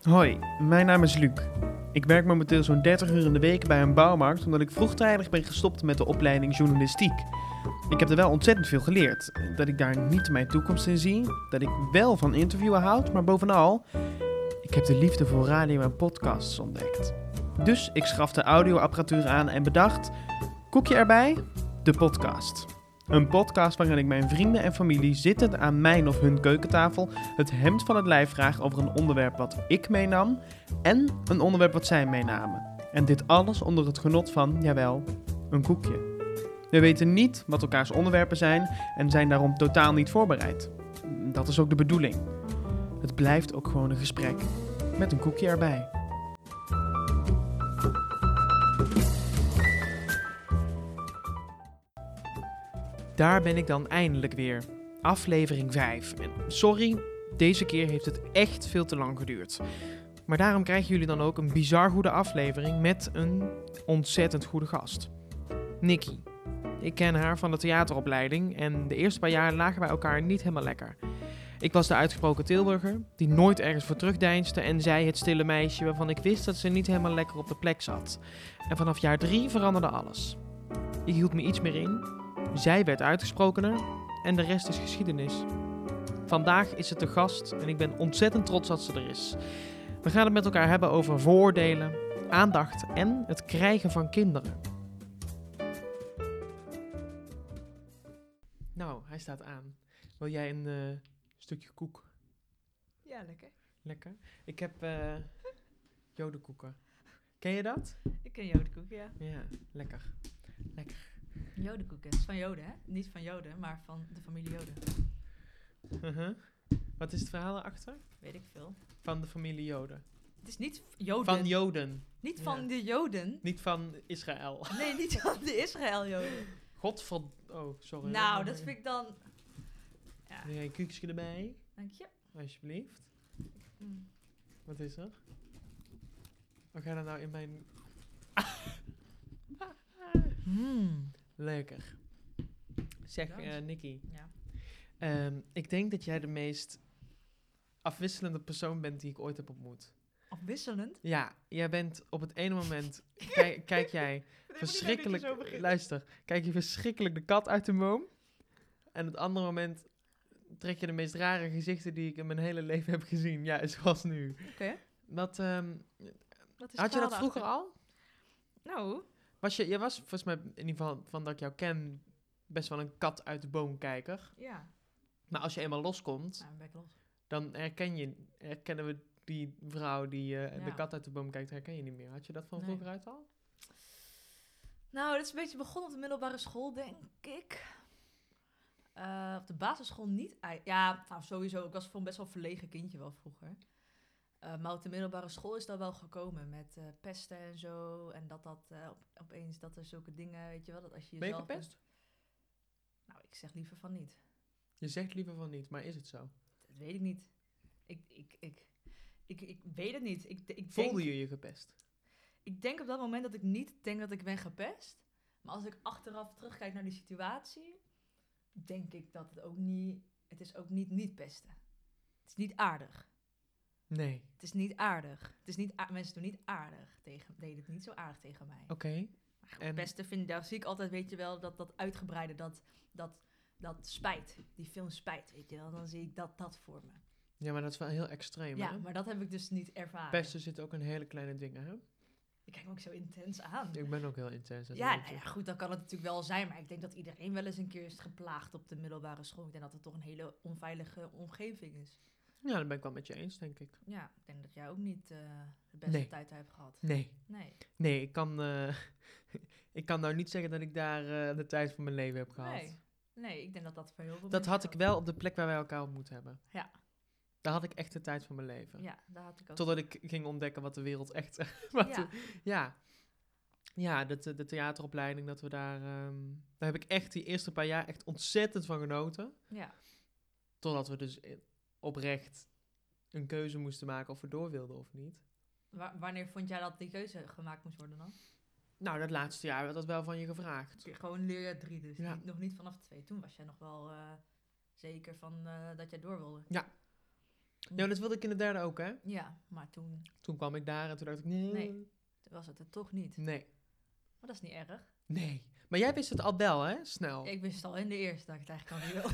Hoi, mijn naam is Luc. Ik werk momenteel zo'n 30 uur in de week bij een bouwmarkt omdat ik vroegtijdig ben gestopt met de opleiding journalistiek. Ik heb er wel ontzettend veel geleerd. Dat ik daar niet mijn toekomst in zie, dat ik wel van interviewen houd, maar bovenal, ik heb de liefde voor radio en podcasts ontdekt. Dus ik schafte audioapparatuur aan en bedacht, koekje erbij, de podcast. Een podcast waarin ik mijn vrienden en familie zittend aan mijn of hun keukentafel het hemd van het lijf vraag over een onderwerp wat ik meenam en een onderwerp wat zij meenamen. En dit alles onder het genot van, jawel, een koekje. We weten niet wat elkaars onderwerpen zijn en zijn daarom totaal niet voorbereid. Dat is ook de bedoeling. Het blijft ook gewoon een gesprek met een koekje erbij. Daar ben ik dan eindelijk weer. Aflevering 5. En sorry, deze keer heeft het echt veel te lang geduurd. Maar daarom krijgen jullie dan ook een bizar goede aflevering met een ontzettend goede gast. Nikki. Ik ken haar van de theateropleiding en de eerste paar jaar lagen wij elkaar niet helemaal lekker. Ik was de uitgesproken Tilburger, die nooit ergens voor terugdeinsde en zij het stille meisje waarvan ik wist dat ze niet helemaal lekker op de plek zat. En vanaf jaar 3 veranderde alles. Ik hield me iets meer in. Zij werd uitgesprokener en de rest is geschiedenis. Vandaag is ze te gast en ik ben ontzettend trots dat ze er is. We gaan het met elkaar hebben over vooroordelen, aandacht en het krijgen van kinderen. Nou, hij staat aan. Wil jij een stukje koek? Ja, lekker. Lekker. Ik heb jodenkoeken. Ken je dat? Ik ken jodenkoeken, ja. Ja, lekker. Lekker. Jodenkoeken, het is van Joden, hè? Niet van Joden, maar van de familie Joden. Uh-huh. Wat is het verhaal erachter? Weet ik veel. Van de familie Joden. Het is niet Joden. Van Joden. Niet Ja. van de Joden. Niet van Israël. Nee, niet van de Israël-Joden. Oh, sorry. Nou, dat vind ik dan... Ja, Wil jij een koekje erbij? dank je. Alsjeblieft. Mm. Wat is er? Wat ga je nou in mijn... Lekker. Zeg, Bedankt. Nikki. Ja. Ik denk dat jij de meest afwisselende persoon bent die ik ooit heb ontmoet. Afwisselend. Ja, jij bent op het ene moment... kijk jij verschrikkelijk... Luister, kijk je verschrikkelijk de kat uit de boom. En het andere moment trek je de meest rare gezichten die ik in mijn hele leven heb gezien. Ja, zoals nu. Oké. Wat, Wat is had je dat schade vroeger achter? al? Nou, Je was volgens mij, in ieder geval van dat ik jou ken, best wel een kat uit de boom kijker. ja. Maar als je eenmaal loskomt, Nou, dan ben ik los. dan herkennen we die vrouw die de Ja. kat uit de boom kijkt, herken je niet meer. Had je dat van Nee. vroeger uit al? Nou, dat is een beetje begonnen op de middelbare school, denk ik. Op de basisschool niet. Ja, nou, sowieso. Ik was gewoon best wel een verlegen kindje wel vroeger. Maar op de middelbare school is dat wel gekomen met pesten en zo. En opeens dat er zulke dingen, weet je wel. Dat als je Ben je jezelf... gepest? Nou, ik zeg liever van niet. Je zegt liever van niet, maar is het zo? Dat weet ik niet. Ik weet het niet. Voelde je gepest? Ik denk op dat moment dat ik niet denk dat ik ben gepest. Maar als ik achteraf terugkijk naar die situatie, denk ik dat het ook niet... Het is ook niet pesten. Het is niet aardig. Nee. Het is niet aardig. Het is niet mensen doen niet aardig deden het niet zo aardig tegen mij. Oké. Maar goed, en- pesten daar zie ik altijd, weet je wel, dat uitgebreide, dat spijt. Die film Spijt, weet je wel. Dan zie ik dat voor me. Ja, maar dat is wel heel extreem, Ja, hè? maar dat heb ik dus niet ervaren. Pesten zit ook in hele kleine dingen, hè? Ik kijk me ook zo intens aan. Ik ben ook heel intens. dat Ja, weet nou je. ja, goed, dat kan het natuurlijk wel zijn. Maar ik denk dat iedereen wel eens een keer is geplaagd op de middelbare school. Ik denk dat het toch een hele onveilige omgeving is. Ja, dat ben ik wel met je eens, denk ik. Ja, ik denk dat jij ook niet de beste Nee. tijd hebt gehad. Nee. Nee. Nee, ik kan nou niet zeggen dat ik daar de tijd van mijn leven heb gehad. Nee, ik denk dat dat voor heel veel Dat mensen had ik geldt. wel op de plek waar wij elkaar ontmoet hebben. Ja. Daar had ik echt de tijd van mijn leven. Ja, daar had ik ook. Totdat ik ging ontdekken wat de wereld echt... Ja. Ja, de theateropleiding, dat we daar heb ik echt die eerste paar jaar echt ontzettend van genoten. Ja. Totdat we dus oprecht een keuze moesten maken of we door wilden of niet. Wanneer vond jij dat die keuze gemaakt moest worden dan? Nou, dat laatste jaar werd dat wel van je gevraagd. Gewoon leerjaar 3 dus. Ja. Nog niet vanaf 2. Toen was jij nog wel zeker van dat jij door wilde. Ja, dat wilde ik in de derde ook, hè? Ja, maar toen Toen kwam ik daar en toen dacht ik, nee. Nee. was het er toch niet. Nee. Maar dat is niet erg. Nee. Maar jij wist het al wel, hè? Snel. Ik wist al in de eerste dat ik het eigenlijk al niet wil.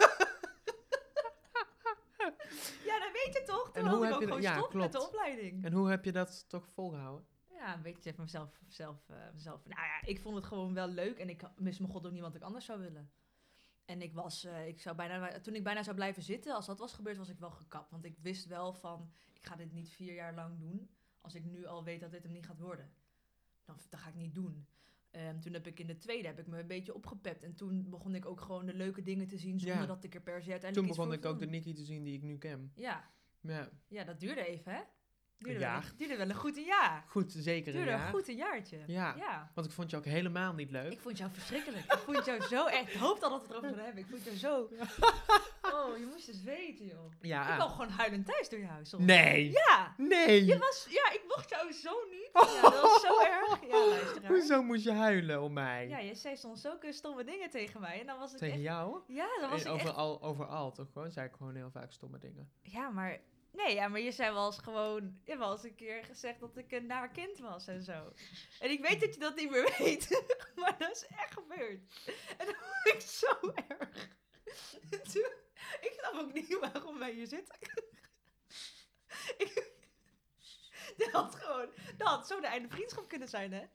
Ja, dat weet je toch? Toen En hoe had ik heb ook je gewoon dat- ja, stop met de klopt. opleiding. En hoe heb je dat toch volgehouden? Ja, een beetje van mezelf. Nou ja, ik vond het gewoon wel leuk. En ik mis mijn god ook niet wat ik anders zou willen. En toen ik bijna zou blijven zitten, als dat was gebeurd, was ik wel gekapt. Want ik wist wel van, ik ga dit niet 4 jaar lang doen. Als ik nu al weet dat dit hem niet gaat worden. Dan ga ik niet doen. Toen heb ik in de tweede heb ik me een beetje opgepept. En toen begon ik ook gewoon de leuke dingen te zien, zonder Ja. dat ik er per se uiteindelijk Toen iets begon voor ik hoefde ook de te doen. Nikki te zien die ik nu ken. Ja, Ja. dat duurde even, hè? Een jaar. Duurde wel een goed een jaar. Goed, zeker een Duurde een jaar. goed een jaartje. Ja. Want ik vond je ook helemaal niet leuk. Ik vond jou verschrikkelijk. Ik vond jou zo echt. Ik hoopte al dat we het erover zouden hebben. Ik vond jou zo. Oh, je moest eens weten, joh. Ja. Ik kwam gewoon huilend thuis door jou. Soms. Nee. Ja. Nee. Ik mocht jou zo niet. Ja, dat was zo erg. Ja, luisteraar. Hoezo moest je huilen om mij? Ja, je zei soms zulke stomme dingen tegen mij. En dan was ik Tegen echt... jou? Ja, dan was En ik echt... overal toch gewoon? Zei ik gewoon heel vaak stomme dingen. Ja, maar... Nee, ja, maar je zei wel eens gewoon... Je hebt wel eens een keer gezegd dat ik een naar kind was en zo. En ik weet dat je dat niet meer weet. Maar dat is echt gebeurd. En dat vond ik zo erg. En toen, ik snap ook niet waarom wij hier zitten. Dat had zo de einde vriendschap kunnen zijn, hè?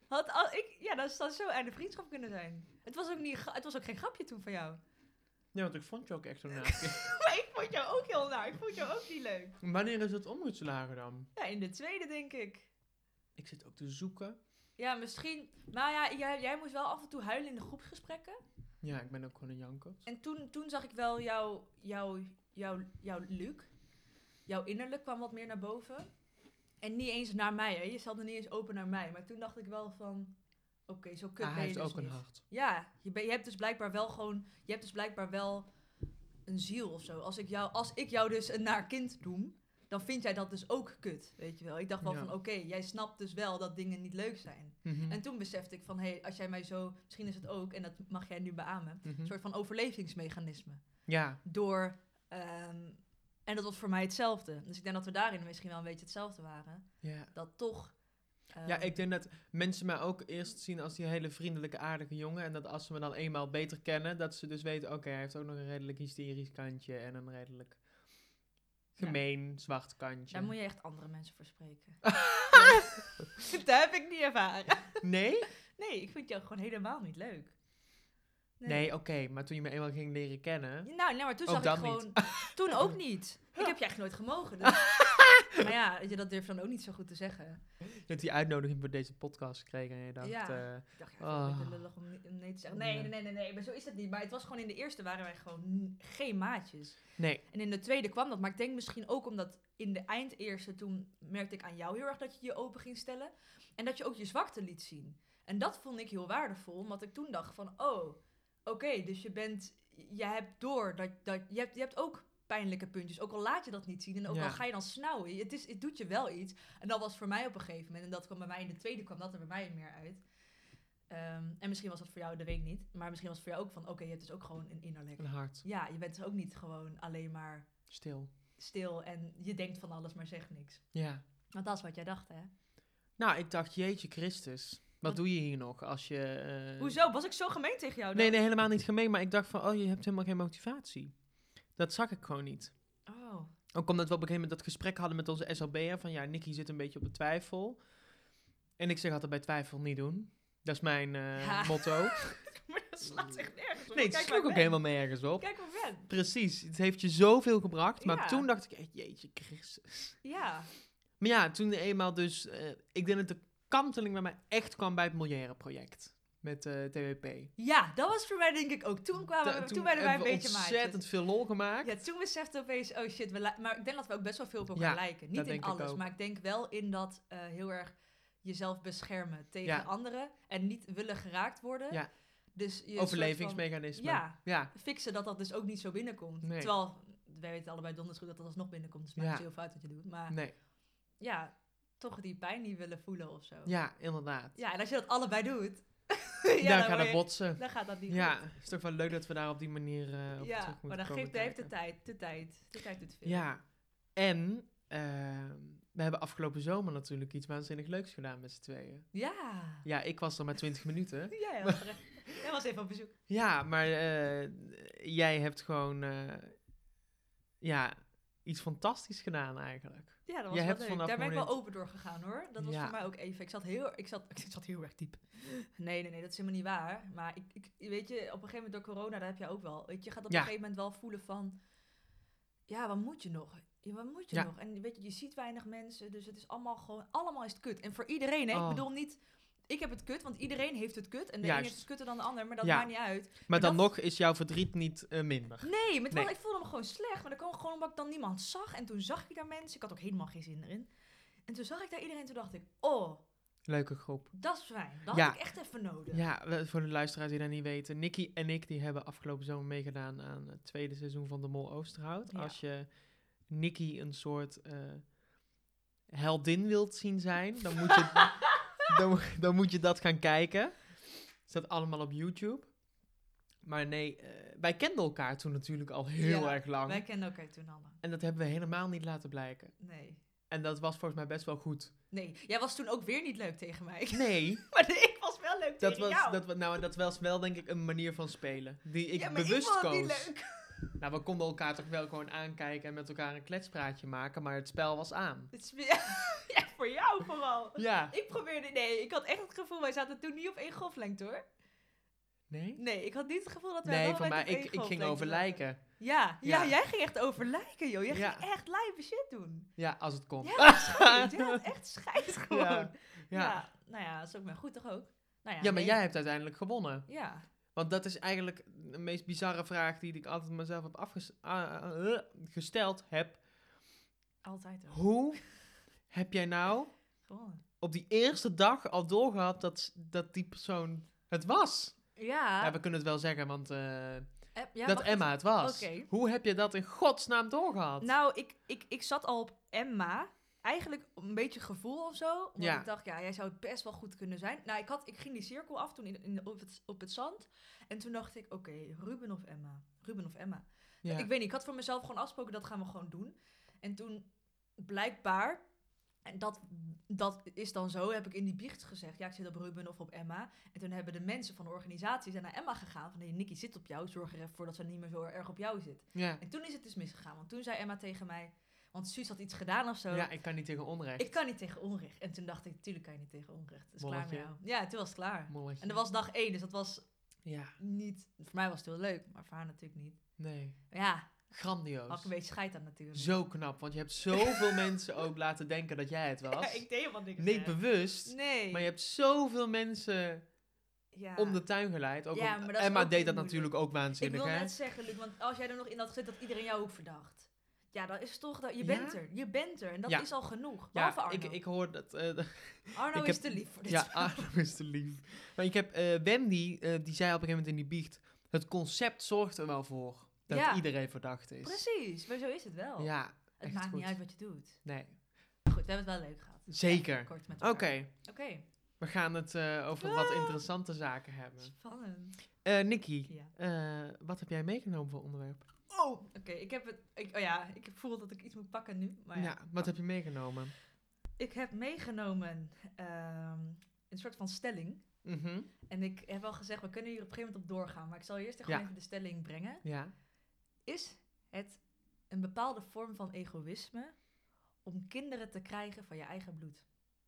Dat zou zo einde vriendschap kunnen zijn. Het was ook geen grapje toen van jou. Ja, want ik vond je ook echt zo naar. Maar ik vond jou ook heel naar. Ik vond jou ook niet leuk. Wanneer is het omgeslagen dan? Ja, in de tweede, denk ik. Ik zit ook te zoeken. Ja, misschien... Nou ja, jij moest wel af en toe huilen in de groepsgesprekken. Ja, ik ben ook gewoon een jankert. En toen zag ik wel jouw Luc. Jouw innerlijk kwam wat meer naar boven. En niet eens naar mij, hè. Je stelde niet eens open naar mij. Maar toen dacht ik wel van... Oké, zo kut ben Hij je heeft dus ook een niet. hart. Ja, je hebt dus blijkbaar wel gewoon... Je hebt dus blijkbaar wel een ziel of zo. Als ik jou dus een naar kind noem... Dan vind jij dat dus ook kut, weet je wel. Ik dacht wel Ja. van, oké, jij snapt dus wel dat dingen niet leuk zijn. Mhm. En toen besefte ik van, hé, als jij mij zo... Misschien is het ook, en dat mag jij nu beamen... Mhm. Een soort van overlevingsmechanisme. Ja. En dat was voor mij hetzelfde. Dus ik denk dat we daarin misschien wel een beetje hetzelfde waren. Ja. Dat toch... Ja, ik denk dat mensen mij ook eerst zien als die hele vriendelijke, aardige jongen. En dat als ze me dan eenmaal beter kennen, dat ze dus weten... Oké, hij heeft ook nog een redelijk hysterisch kantje en een redelijk gemeen, zwart kantje. Daar moet je echt andere mensen voor spreken. Dat heb ik niet ervaren. Nee? Nee, ik vind jou gewoon helemaal niet leuk. Nee, oké, maar toen je me eenmaal ging leren kennen... Nou, nee, maar toen Ook zag ik dan gewoon... Toen ook niet. Ik heb je echt nooit gemogen. Dus. Maar ja, weet je, dat durf je dan ook niet zo goed te zeggen. Je hebt die uitnodiging voor deze podcast gekregen en je dacht... Ja. Ik dacht, ja, oh. ik vind het lullig om nee te zeggen. Nee, maar zo is het niet. Maar het was gewoon in de eerste waren wij gewoon geen maatjes. Nee. En in de tweede kwam dat. Maar ik denk misschien ook omdat in de eindeerste toen merkte ik aan jou heel erg dat je je open ging stellen. En dat je ook je zwakte liet zien. En dat vond ik heel waardevol. Omdat ik toen dacht van, oké, dus je hebt door dat je hebt ook pijnlijke puntjes. Ook al laat je dat niet zien en ook al ga je dan snauwen. Het doet je wel iets. En dat was voor mij op een gegeven moment. En dat kwam bij mij in de tweede, kwam dat er bij mij meer uit. En misschien was dat voor jou, dat weet ik niet. Maar misschien was het voor jou ook van, oké, je hebt dus ook gewoon een innerlijk. Een hart. Ja, je bent dus ook niet gewoon alleen maar stil en je denkt van alles, maar zegt niks. Ja. Want dat is wat jij dacht, hè? Nou, ik dacht, jeetje Christus. Wat doe je hier nog als je... Hoezo? Was ik zo gemeen tegen jou dan? Nee, helemaal niet gemeen. Maar ik dacht van, je hebt helemaal geen motivatie. Dat zag ik gewoon niet. Oh. Ook omdat we op een gegeven moment dat gesprek hadden met onze SLB'er. Van ja, Nikki zit een beetje op de twijfel. En ik zeg altijd bij twijfel niet doen. Dat is mijn motto. Maar dat slaat echt nergens op. Nee, het sloeg ook helemaal nergens op. Kijk waar ik ben. Precies, het heeft je zoveel gebracht. Maar Ja. toen dacht ik echt, jeetje Christus. Ja. Maar ja, toen eenmaal dus... ik denk dat de kanteling bij mij echt kwam bij het Molière project. Met TWP. Ja, dat was voor mij denk ik ook. Toen werden wij een beetje maatjes. Ontzettend veel lol gemaakt. Ja, toen besefte ik opeens, oh shit, maar ik denk dat we ook best wel veel op elkaar lijken. Niet dat in denk ik alles, ook. maar ik denk wel in dat heel erg jezelf beschermen tegen anderen en niet willen geraakt worden. Ja. Dus je overlevingsmechanisme. Ja. Fixen dat dus ook niet zo binnenkomt. Nee. Terwijl, wij weten allebei donders goed dat dat alsnog binnenkomt. Dus het maakt niet heel veel uit wat je doet. Maar Nee. ja, toch die pijn niet willen voelen of zo. Ja, inderdaad. Ja, en als je dat allebei doet... dan gaat het botsen. Dan gaat dat niet Ja, goed. het is toch wel leuk dat we daar op die manier op terug moeten Maar dan komen heeft kijken. de tijd doet veel. Ja, En we hebben afgelopen zomer natuurlijk iets waanzinnig leuks gedaan met z'n tweeën. Ja. Ja, ik was er maar 20 minuten. Jij was even op bezoek. Ja, maar jij hebt gewoon iets fantastisch gedaan eigenlijk. Ja, dat was Jij wel hebt leuk. vanaf Daar ben ik wel moment- open door gegaan hoor. Dat was Ja. voor mij ook even. Ik zat heel erg diep. Nee, dat is helemaal niet waar. Maar weet je, op een gegeven moment door corona, daar heb je ook wel. Weet je, je gaat op Ja. een gegeven moment wel voelen van, ja, wat moet je nog? Ja, wat moet je Ja. nog? En weet je, je ziet weinig mensen, dus het is allemaal is het kut. En voor iedereen, hè? Oh. Ik bedoel niet, ik heb het kut, want iedereen heeft het kut. En de Juist. ene heeft het kutter dan de ander, maar dat Ja. maakt niet uit. Maar dan dat- nog is jouw verdriet niet minder. Nee, Nee. ik voelde me gewoon slecht. Maar dat kwam gewoon omdat ik dan niemand zag. En toen zag ik daar mensen. Ik had ook helemaal geen zin erin. En toen zag ik daar iedereen. Toen dacht ik, oh, Leuke groep. dat is fijn. Dat Ja. had ik echt even nodig. Ja, voor de luisteraars die dat niet weten. Nicky en ik die hebben afgelopen zomer meegedaan aan het tweede seizoen van De Mol Oosterhout. Ja. Als je Nicky een soort heldin wilt zien zijn, dan moet je, dan moet je dat gaan kijken. Staat allemaal op YouTube. Maar nee, wij kenden elkaar toen natuurlijk al heel Ja, erg lang. Wij kenden elkaar toen al lang. En dat hebben we helemaal niet laten blijken. Nee. En dat was volgens mij best wel goed. Nee, jij was toen ook weer niet leuk tegen mij. Nee, Maar ik was wel leuk dat tegen was, jou. dat was wel denk ik een manier van spelen. Die ik ja, maar bewust ik vond het koos. niet leuk. Nou, we konden elkaar toch wel gewoon aankijken en met elkaar een kletspraatje maken, maar het spel was aan. Het is ja, voor jou vooral. Ja. Ik had echt het gevoel, wij zaten toen niet op één golflengte hoor. Nee? Nee, ik had niet het gevoel dat wij Nee, allebei voor mij, op één ik ging golflengte over zaten. lijken. Ja, Ja. jij ging echt over lijken, joh. Jij Ja. ging echt lijpe shit doen. Ja, als het kon. Ja, dat schijnt. Ja, dat echt schijnt gewoon. Ja. Ja. Nou ja, dat is ook maar goed toch ook? Nou Ja, maar nee. jij hebt uiteindelijk gewonnen. Ja. Want dat is eigenlijk de meest bizarre vraag die ik altijd mezelf heb gesteld heb. Altijd ook. Hoe heb jij nou Gewoon. op die eerste dag al doorgehad dat die persoon het was? Ja. Ja, we kunnen het wel zeggen, want Ja, dat mag Emma het was. Oké. Hoe heb je dat in godsnaam doorgehad? Nou, ik zat al op Emma. Eigenlijk een beetje gevoel of zo. Omdat Ja. ik dacht, ja, jij zou het best wel goed kunnen zijn. Nou, ik ging die cirkel af toen op het zand. En toen dacht ik, oké, Ruben of Emma? Ruben of Emma? Ja. Ik weet niet, ik had voor mezelf gewoon afgesproken, dat gaan we gewoon doen. En toen blijkbaar, en dat is dan zo, heb ik in die biecht gezegd, ja, ik zit op Ruben of op Emma. En toen hebben de mensen van de organisatie zijn naar Emma gegaan. Van, hey, Nicky zit op jou, zorg er even voor dat ze niet meer zo erg op jou zit. Ja. En toen is het dus misgegaan, want toen zei Emma tegen mij, want Suus had iets gedaan of zo. Ja, ik kan niet tegen onrecht. Ik kan niet tegen onrecht. En toen dacht ik, natuurlijk kan je niet tegen onrecht. Het is klaar Molletje. met jou. Ja, toen was het klaar. Molletje. En dat was dag 1, dus dat was Ja, niet... Voor mij was het heel leuk, maar voor haar natuurlijk niet. nee. Maar ja, Grandioos. had ik een beetje scheid aan natuurlijk. Zo knap, want je hebt zoveel mensen ook laten denken dat jij het was. Ja, ik deed helemaal niks. Niet bewust, Nee. maar je hebt zoveel mensen ja. om de tuin geleid. Ook Ja, om- maar dat is Emma ook deed dat moeilijk. natuurlijk ook Ik waanzinnig, wil hè? net zeggen, Luc, want als jij er nog in had gezet dat iedereen jou ook verdacht. Ja, dat is toch... Je Ja? bent er. Je bent er. En dat Ja. is al genoeg. Ja, Behalve Arno. ik hoor dat... Arno ik is heb- te lief voor dit ja, spel. Arno is te lief. Maar ik heb Wendy, die zei op een gegeven moment in die biecht... Het concept zorgt er wel voor dat Ja. iedereen verdacht is. Precies, maar zo is het wel. Ja, Het echt maakt goed. niet uit wat je doet. Nee, Goed, we hebben het wel leuk gehad. zeker. Even kort met Oké, elkaar. Oké. we gaan het over wat Ah. interessante zaken hebben. Spannend. Nicky, Ja. wat heb jij meegenomen voor onderwerp? Oh, oké. Ik voel dat ik iets moet pakken nu. Maar ja. Ja, wat heb je meegenomen? Ik heb meegenomen een soort van stelling. Mhm. En ik heb al gezegd, we kunnen hier op een gegeven moment op doorgaan. Maar ik zal eerst gewoon Ja. even de stelling brengen. Ja. Is het een bepaalde vorm van egoïsme om kinderen te krijgen van je eigen bloed?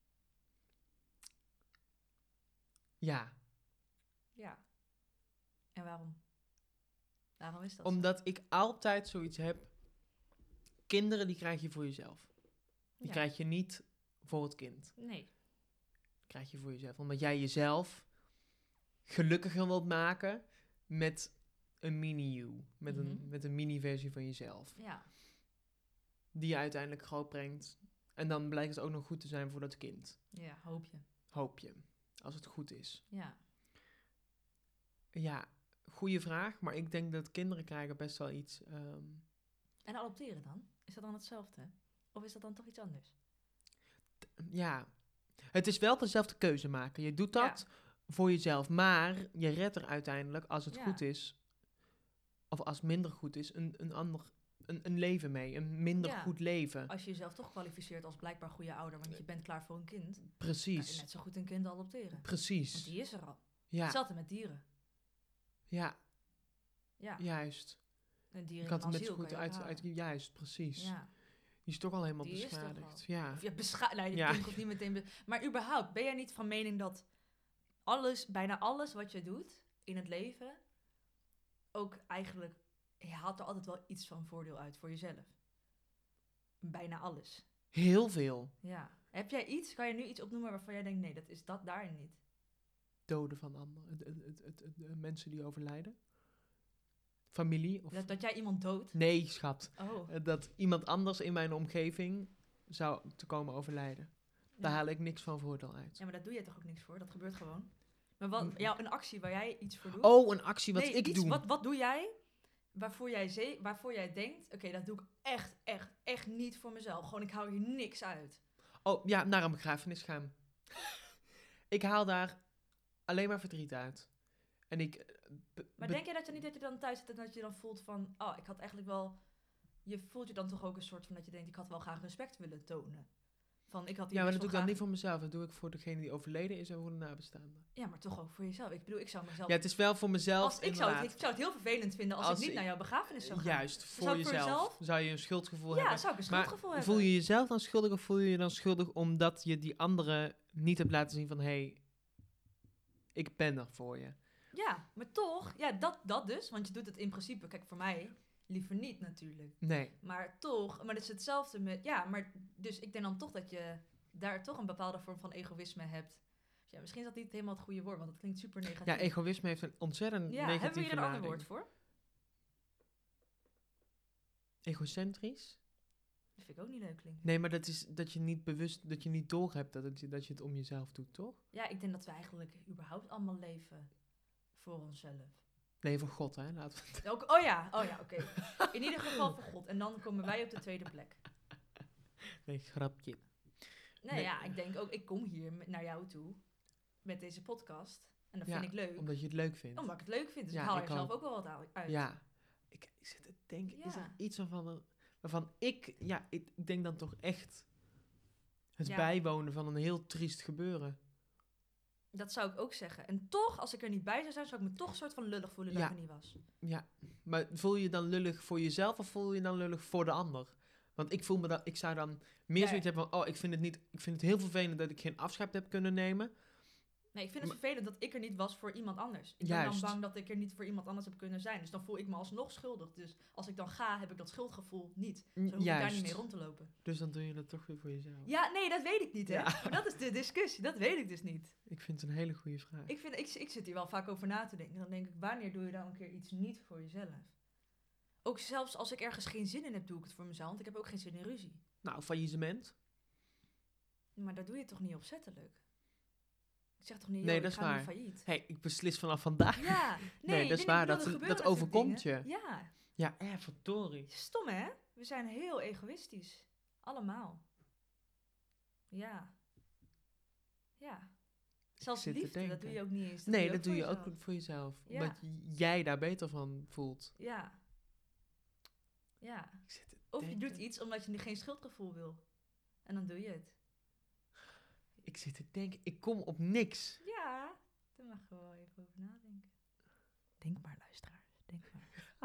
Ja. Ja. En waarom? Waarom is dat Omdat ik altijd zoiets heb. Kinderen die krijg je voor jezelf. Die Ja. krijg je niet voor het kind. zo? Nee. Die krijg je voor jezelf. Omdat jij jezelf gelukkiger wilt maken met een mini-you. Met, Mhm. met een mini-versie van jezelf. Ja. Die je uiteindelijk groot brengt. En dan blijkt het ook nog goed te zijn voor dat kind. Ja, hoop je. Hoop je. Als het goed is. Ja. Ja, goede vraag. Maar ik denk dat kinderen krijgen best wel iets... En adopteren dan? Is dat dan hetzelfde? Of is dat dan toch iets anders? ja, het is wel dezelfde keuze maken. Je doet dat voor jezelf, maar je redt er uiteindelijk, als het Ja. goed is, of als het minder goed is, een ander een leven mee. Een minder Ja. goed leven. Als je jezelf toch kwalificeert als blijkbaar goede ouder, want je bent klaar voor een kind, kan je Precies. net zo goed een kind adopteren. Want Precies. die is er al. Ja, Hetzelfde met dieren. ja, Ja, juist. een dier Ik in had een het net zo asiel goed kan je ook halen. juist, precies. Ja. Die is toch al helemaal Die is toch beschadigd. al. Ja. Of ja, nee, die Ja. klinkt ook niet meteen... Maar überhaupt, ben jij niet van mening dat bijna alles wat je doet in het leven, ook eigenlijk, je haalt er altijd wel iets van voordeel uit voor jezelf? Bijna alles. Heel veel Ja. Kan je nu iets opnoemen waarvan jij denkt, nee, dat is dat daarin niet? doden van anderen. Mensen die overlijden. Familie. Of... Dat jij iemand doodt? Nee, schat. Oh. Dat iemand anders in mijn omgeving zou te komen overlijden. Daar Ja. haal ik niks van voordeel uit. Ja, maar daar doe je toch ook niks voor? Dat gebeurt gewoon. Maar wat, een actie waar jij iets voor doet? Oh, een actie wat Nee, ik iets, doe. Wat doe jij waarvoor jij denkt, oké, dat doe ik echt niet voor mezelf. Gewoon, ik hou hier niks uit. Oh, ja, naar een begrafenis gaan. Ik haal daar alleen maar verdriet uit. En ik... Maar denk je dat je dan thuis zit en dat je dan voelt van, oh, ik had eigenlijk wel... Je voelt je dan toch ook een soort van dat je denkt, ik had wel graag respect willen tonen. Van, ik had hier Ja, maar best dat doe ik wel dan niet graag... voor mezelf. Dat doe ik voor degene die overleden is en voor de nabestaanden. Ja, maar toch ook voor jezelf. Ik bedoel, ik zou mezelf... Ja, het is wel voor mezelf, ik zou inderdaad. het heel vervelend vinden als ik niet naar jouw begrafenis zou gaan. Juist, voor Zou ik voor jezelf. jezelf? Zou je een schuldgevoel Ja, hebben. zou ik een Maar schuldgevoel hebben. voel je jezelf dan schuldig of voel je je dan schuldig omdat je die anderen niet hebt laten zien van... Hé, ik ben er voor je. Ja, maar toch, ja, dat dus. Want je doet het in principe, kijk, voor mij liever niet natuurlijk. Nee. Maar toch, maar het is hetzelfde met, ja, maar dus ik denk dan toch dat je daar toch een bepaalde vorm van egoïsme hebt. Dus ja, misschien is dat niet helemaal het goede woord, want het klinkt super negatief. Ja, egoïsme heeft een ontzettend Ja, negatieve hebben we hier een ander lading. woord voor? Egocentrisch? Dat vind ik ook niet leuk klinken. Nee, maar dat is dat je niet bewust, dat je niet doorhebt dat je het om jezelf doet, toch? Ja, ik denk dat we eigenlijk überhaupt allemaal leven voor onszelf. Nee, voor God, hè? Laten we het... Ook, oh ja, oké. In ieder geval voor God. En dan komen wij op de tweede plek. Nee, grapje. Nee, ja, ik denk ook, ik kom hier naar jou toe met deze podcast. En dat Ja, vind ik leuk. Omdat je het leuk vindt. Omdat ik het leuk vind. Dus Ja, ik haal ik er zelf ook. ook wel wat uit. Ja. Ik zit te denken, is Ja. er iets waarvan ik denk dan toch echt het Ja. bijwonen van een heel triest gebeuren. Dat zou ik ook zeggen. En toch, als ik er niet bij zou zijn, zou ik me toch een soort van lullig voelen dat Ja. ik er niet was. Ja, maar voel je je dan lullig voor jezelf of voel je je dan lullig voor de ander? Want ik zou dan meer Ja. zoiets hebben van, ik vind het heel vervelend dat ik geen afscheid heb kunnen nemen. Nee, ik vind het vervelend dat ik er niet was voor iemand anders. Ik ben Juist. dan bang dat ik er niet voor iemand anders heb kunnen zijn. Dus dan voel ik me alsnog schuldig. Dus als ik dan ga, heb ik dat schuldgevoel niet. Zo hoef ik daar niet mee rond te lopen. Dus dan doe je dat toch weer voor jezelf. Ja, nee, dat weet ik niet, hè. Ja. Maar dat is de discussie. Dat weet ik dus niet. Ik vind het een hele goede vraag. Ik zit hier wel vaak over na te denken. Dan denk ik, wanneer doe je dan een keer iets niet voor jezelf? Ook zelfs als ik ergens geen zin in heb, doe ik het voor mezelf. Want ik heb ook geen zin in ruzie. Nou, faillissement. Maar daar doe je toch niet opzettelijk? Ik zeg toch niet, Nee, joh, dat ik is ga nu waar. failliet. Hé, ik beslis vanaf vandaag. Ja, Nee, dat is waar, ik bedoel, dat er gebeuren overkomt natuurlijk je. dingen. Ja, Ja, verdorie. stom hè? We zijn heel egoïstisch. Allemaal. Ja. Ja. Zelfs zit te liefde, dat denken. doe je ook niet eens. Nee, dat doe voor je ook jezelf. voor jezelf. Ja. Omdat jij daar beter van voelt. Ja. Ja. Ik zit te Of je denken. doet iets omdat je geen schuldgevoel wil. En dan doe je het. Ik zit te denken, ik kom op niks. Ja, daar mag je wel even over nadenken. Denk maar, luisteraars. Denk maar.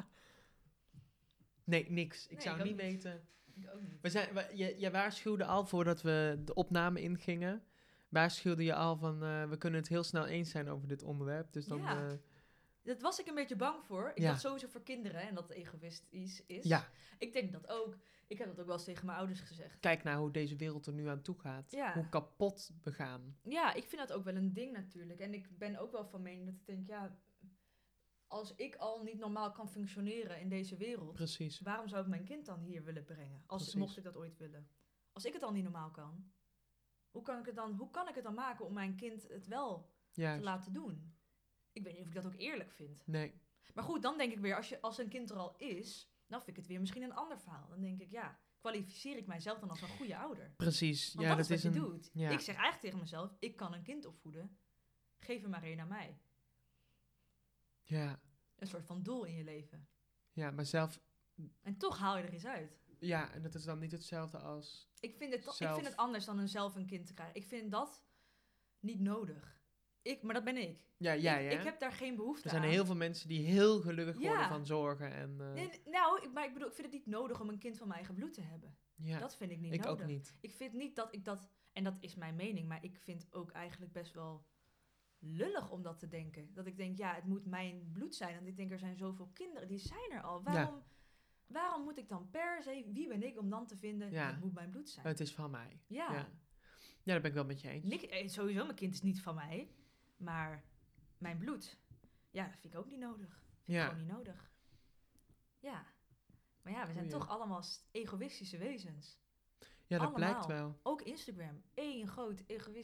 Nee, niks. Ik Nee, zou ik ook niet niet. weten. Ik ook niet. Je waarschuwde al voordat we de opname ingingen. Waarschuwde je al van, we kunnen het heel snel eens zijn over dit onderwerp. Dus dan, Ja. Dat was ik een beetje bang voor. Ik Ja. dacht sowieso voor kinderen en dat het egoïstisch is. ja, Ik denk dat ook. Ik heb dat ook wel eens tegen mijn ouders gezegd. kijk naar hoe deze wereld er nu aan toe gaat. Ja. Hoe kapot we gaan. Ja, ik vind dat ook wel een ding natuurlijk. En ik ben ook wel van mening dat ik denk, ja, als ik al niet normaal kan functioneren in deze wereld, Precies. waarom zou ik mijn kind dan hier willen brengen? Precies. Mocht ik dat ooit willen. Als ik het al niet normaal kan, hoe kan ik het dan maken om mijn kind het wel te Juist. laten doen? Ik weet niet of ik dat ook eerlijk vind. Nee. Maar goed, dan denk ik weer, als een kind er al is, dan vind ik het weer misschien een ander verhaal. Dan denk ik, ja, kwalificeer ik mijzelf dan als een goede ouder? Precies. Want ja, dat is wat je een... doet. ja. Ik zeg eigenlijk tegen mezelf, ik kan een kind opvoeden. Geef er maar één aan mij. Ja. Een soort van doel in je leven. Ja, maar zelf En toch haal je er iets uit. Ja, en dat is dan niet hetzelfde als... Ik vind Zelf. het anders dan zelf een kind te krijgen. Ik vind dat niet nodig. Maar dat ben ik. Ja, jij, hè? Ik heb daar geen behoefte Er zijn aan. heel veel mensen die heel gelukkig Ja. worden van zorgen. En, Maar ik bedoel, ik vind het niet nodig om een kind van mijn eigen bloed te hebben. ja, Dat vind ik niet ik nodig. ook niet. Ik vind niet dat ik dat... En dat is mijn mening, maar ik vind ook eigenlijk best wel lullig om dat te denken. Dat ik denk, ja, het moet mijn bloed zijn. Want ik denk, er zijn zoveel kinderen, die zijn er al. Waarom moet ik dan per se... Wie ben ik om dan te vinden, Ja. het moet mijn bloed zijn? Het is van mij. Ja. Ja, daar ben ik wel met je eens. Sowieso, mijn kind is niet van mij. Maar mijn bloed, ja, dat vind ik ook niet nodig. Vind ik gewoon niet nodig. Ja. Maar ja, we zijn Goeie. toch allemaal egoïstische wezens. Ja, dat allemaal. blijkt wel. Ook Instagram. Eén groot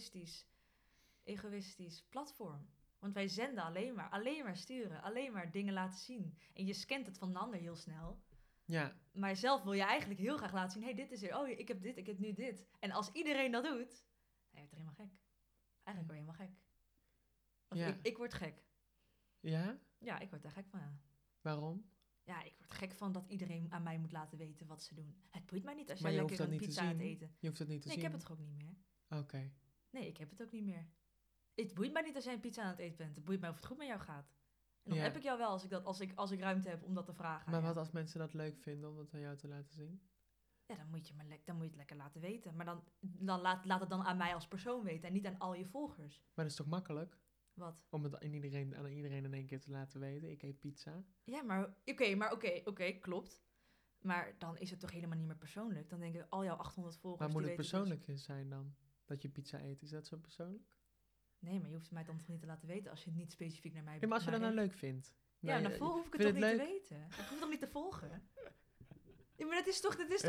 egoïstisch platform. Want wij zenden alleen maar sturen, alleen maar dingen laten zien. En je scant het van de ander heel snel. Ja, Maar zelf wil je eigenlijk heel graag laten zien, hey, dit is er. Oh, ik heb dit, ik heb nu dit. En als iedereen dat doet, dan word je helemaal gek. Eigenlijk word je helemaal gek. Of Ja. ik word gek. ja? Ja, ik word daar gek van, ja. Waarom? Ja, ik word gek van dat iedereen aan mij moet laten weten wat ze doen. Het boeit mij niet als Maar jij je hoeft lekker dat een niet te pizza aan het zien. eten. Je hoeft het niet te Nee, zien. ik heb het toch ook niet meer. Oké. Nee, ik heb het ook niet meer. Het boeit mij niet als jij een pizza aan het eten bent. Het boeit mij of het goed met jou gaat. En dan Ja. heb ik jou wel als ik ruimte heb om dat te vragen. Maar aan wat jou. als mensen dat leuk vinden om dat aan jou te laten zien? Ja, dan moet je het lekker laten weten. Maar dan laat het dan aan mij als persoon weten en niet aan al je volgers. Maar dat is toch makkelijk? Wat? Om het aan iedereen in één keer te laten weten. Ik eet pizza. Ja, maar oké, klopt. Maar dan is het toch helemaal niet meer persoonlijk. Dan denken al jouw 800 volgers... Maar moet die het weten dat je- persoonlijk zijn dan? Dat je pizza eet, is dat zo persoonlijk? Nee, maar je hoeft mij dan toch niet te laten weten als je het niet specifiek naar mij... Nee, maar als je dat naar- nou leuk vindt. Ja, Nou, dan hoef ik het vind toch niet leuk? te weten. Ik hoef toch niet te volgen? Ja, maar dat is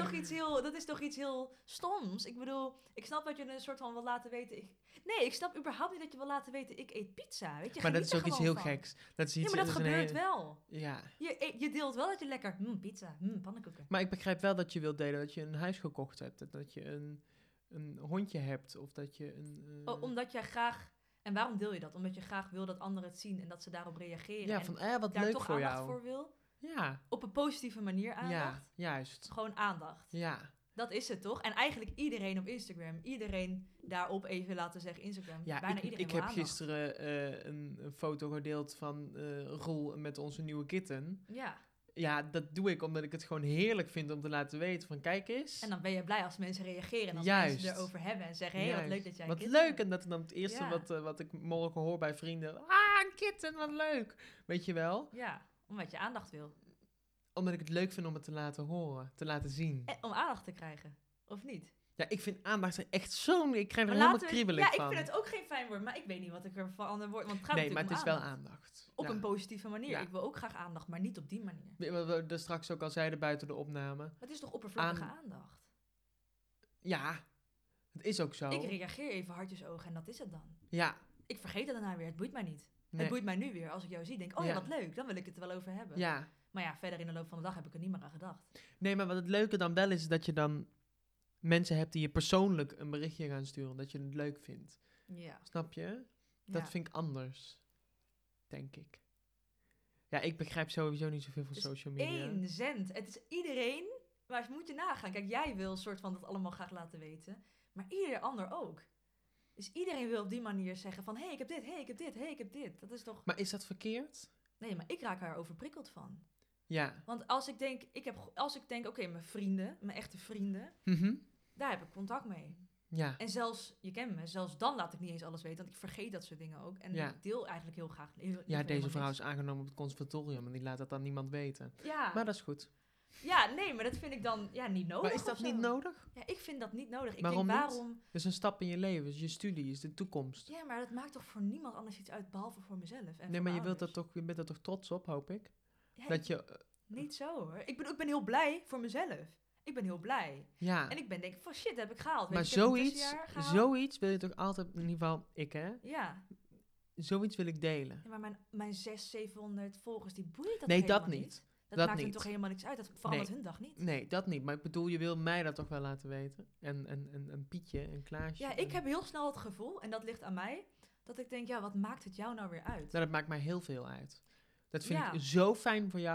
toch iets heel stoms. Ik bedoel, ik snap dat je een soort van wil laten weten... ik snap überhaupt niet dat je wil laten weten... ik eet pizza, weet je? Maar dat Geniet is er ook iets gewoon heel van. geks. Dat is iets, Ja, maar dat is een gebeurt hele- wel. Ja. Je deelt wel dat je lekker... pizza, pannenkoeken. Maar ik begrijp wel dat je wilt delen dat je een huis gekocht hebt. Dat je een hondje hebt. Of dat je een... Omdat jij graag... En waarom deel je dat? Omdat je graag wil dat anderen het zien en dat ze daarop reageren. ja, en van wat daar leuk toch voor aandacht jou. voor wil. Ja, Op een positieve manier aandacht. ja, juist. Gewoon aandacht. Ja, Dat is het toch? En eigenlijk iedereen op Instagram, iedereen daarop even laten zeggen Instagram. ja bijna ik iedereen heb wil aandacht. gisteren een foto gedeeld van Roel met onze nieuwe kitten. Ja, Ja, dat doe ik omdat ik het gewoon heerlijk vind om te laten weten van kijk eens. en dan ben je blij als mensen reageren en als Juist. mensen erover hebben en zeggen, hé, wat Juist. leuk dat jij Wat een leuk, hebt. en dat is dan het eerste Ja. wat ik morgen hoor bij vrienden. Een kitten, wat leuk. Weet je wel? Ja, omdat je aandacht wil. Omdat ik het leuk vind om het te laten horen, te laten zien. En om aandacht te krijgen, of niet? Ja, ik vind aandacht echt zo'n... Ik krijg er Maar helemaal laten we- kriebelig Ja, van. ik vind het ook geen fijn woord, maar ik weet niet wat ik er van ander woord... Want het gaat Nee, maar het natuurlijk is om wel aandacht. aandacht. Op Ja. een positieve manier. Ja. Ik wil ook graag aandacht, maar niet op die manier. Wat we er straks ook al zeiden buiten de opname. Het is toch oppervlakkige aandacht? Ja, het is ook zo. Ik reageer even hartjesogen en dat is het dan. Ja, Ik vergeet het daarna weer, het boeit mij niet. nee. Het boeit mij nu weer, als ik jou zie, denk oh ja, Ja. wat leuk, dan wil ik het er wel over hebben. Ja. Maar ja, verder in de loop van de dag heb ik er niet meer aan gedacht. Nee, maar wat het leuke dan wel is dat je dan mensen hebt die je persoonlijk een berichtje gaan sturen. Dat je het leuk vindt. Ja. Snap je? Dat Ja. vind ik anders. Denk ik. Ja, ik begrijp sowieso niet zoveel van Dus social media. 1 cent. Het is iedereen, maar moet je nagaan. Kijk, jij wil soort van dat allemaal graag laten weten. Maar ieder ander ook. Dus iedereen wil op die manier zeggen van... hé, ik heb dit, hé, ik heb dit, hé, ik heb dit. Dat is toch... Maar is dat verkeerd? Nee, maar ik raak er overprikkeld van. Ja. Want als ik denk, oké, mijn vrienden, mijn echte vrienden... Mhm. daar heb ik contact mee. Ja. En zelfs, je kent me, zelfs dan laat ik niet eens alles weten. Want ik vergeet dat soort dingen ook. En Ja. ik deel eigenlijk heel graag... Ja, deze vrouw is aangenomen op het conservatorium en die laat dat dan niemand weten. Ja. Maar dat is goed. Ja, nee, maar dat vind ik dan niet nodig. Maar is of dat zo. niet nodig? Ja, ik vind dat niet nodig. Ik Waarom denk, niet? waarom... Dat is een stap in je leven, is je studie, is de toekomst. Ja, maar dat maakt toch voor niemand anders iets uit, behalve voor mezelf. En Nee, voor maar mijn je ouders. bent er toch trots op, hoop ik? Ja, Dat je, niet zo hoor. Ik ben heel blij voor mezelf. Ik ben heel blij. ja. En ik denk van shit, dat heb ik gehaald. Maar Weet je, ik heb een zoiets, tussenjaar gehaald. zoiets wil je toch altijd, in ieder geval ik hè, Ja. zoiets wil ik delen. Ja, maar mijn 600, 700 volgers, die boeien dat Nee, toch dat helemaal niet. niet. Dat Dat maakt niet. hem toch helemaal niks uit. Dat verandert hun dag niet. Nee, dat niet. Maar ik bedoel, je wil mij dat toch wel laten weten. En Pietje en Klaasje. Ja, ik heb heel snel het gevoel, en dat ligt aan mij, dat ik denk, ja, wat maakt het jou nou weer uit? Nou, dat maakt mij heel veel uit. Dat vind Ja. ik zo fijn voor jou.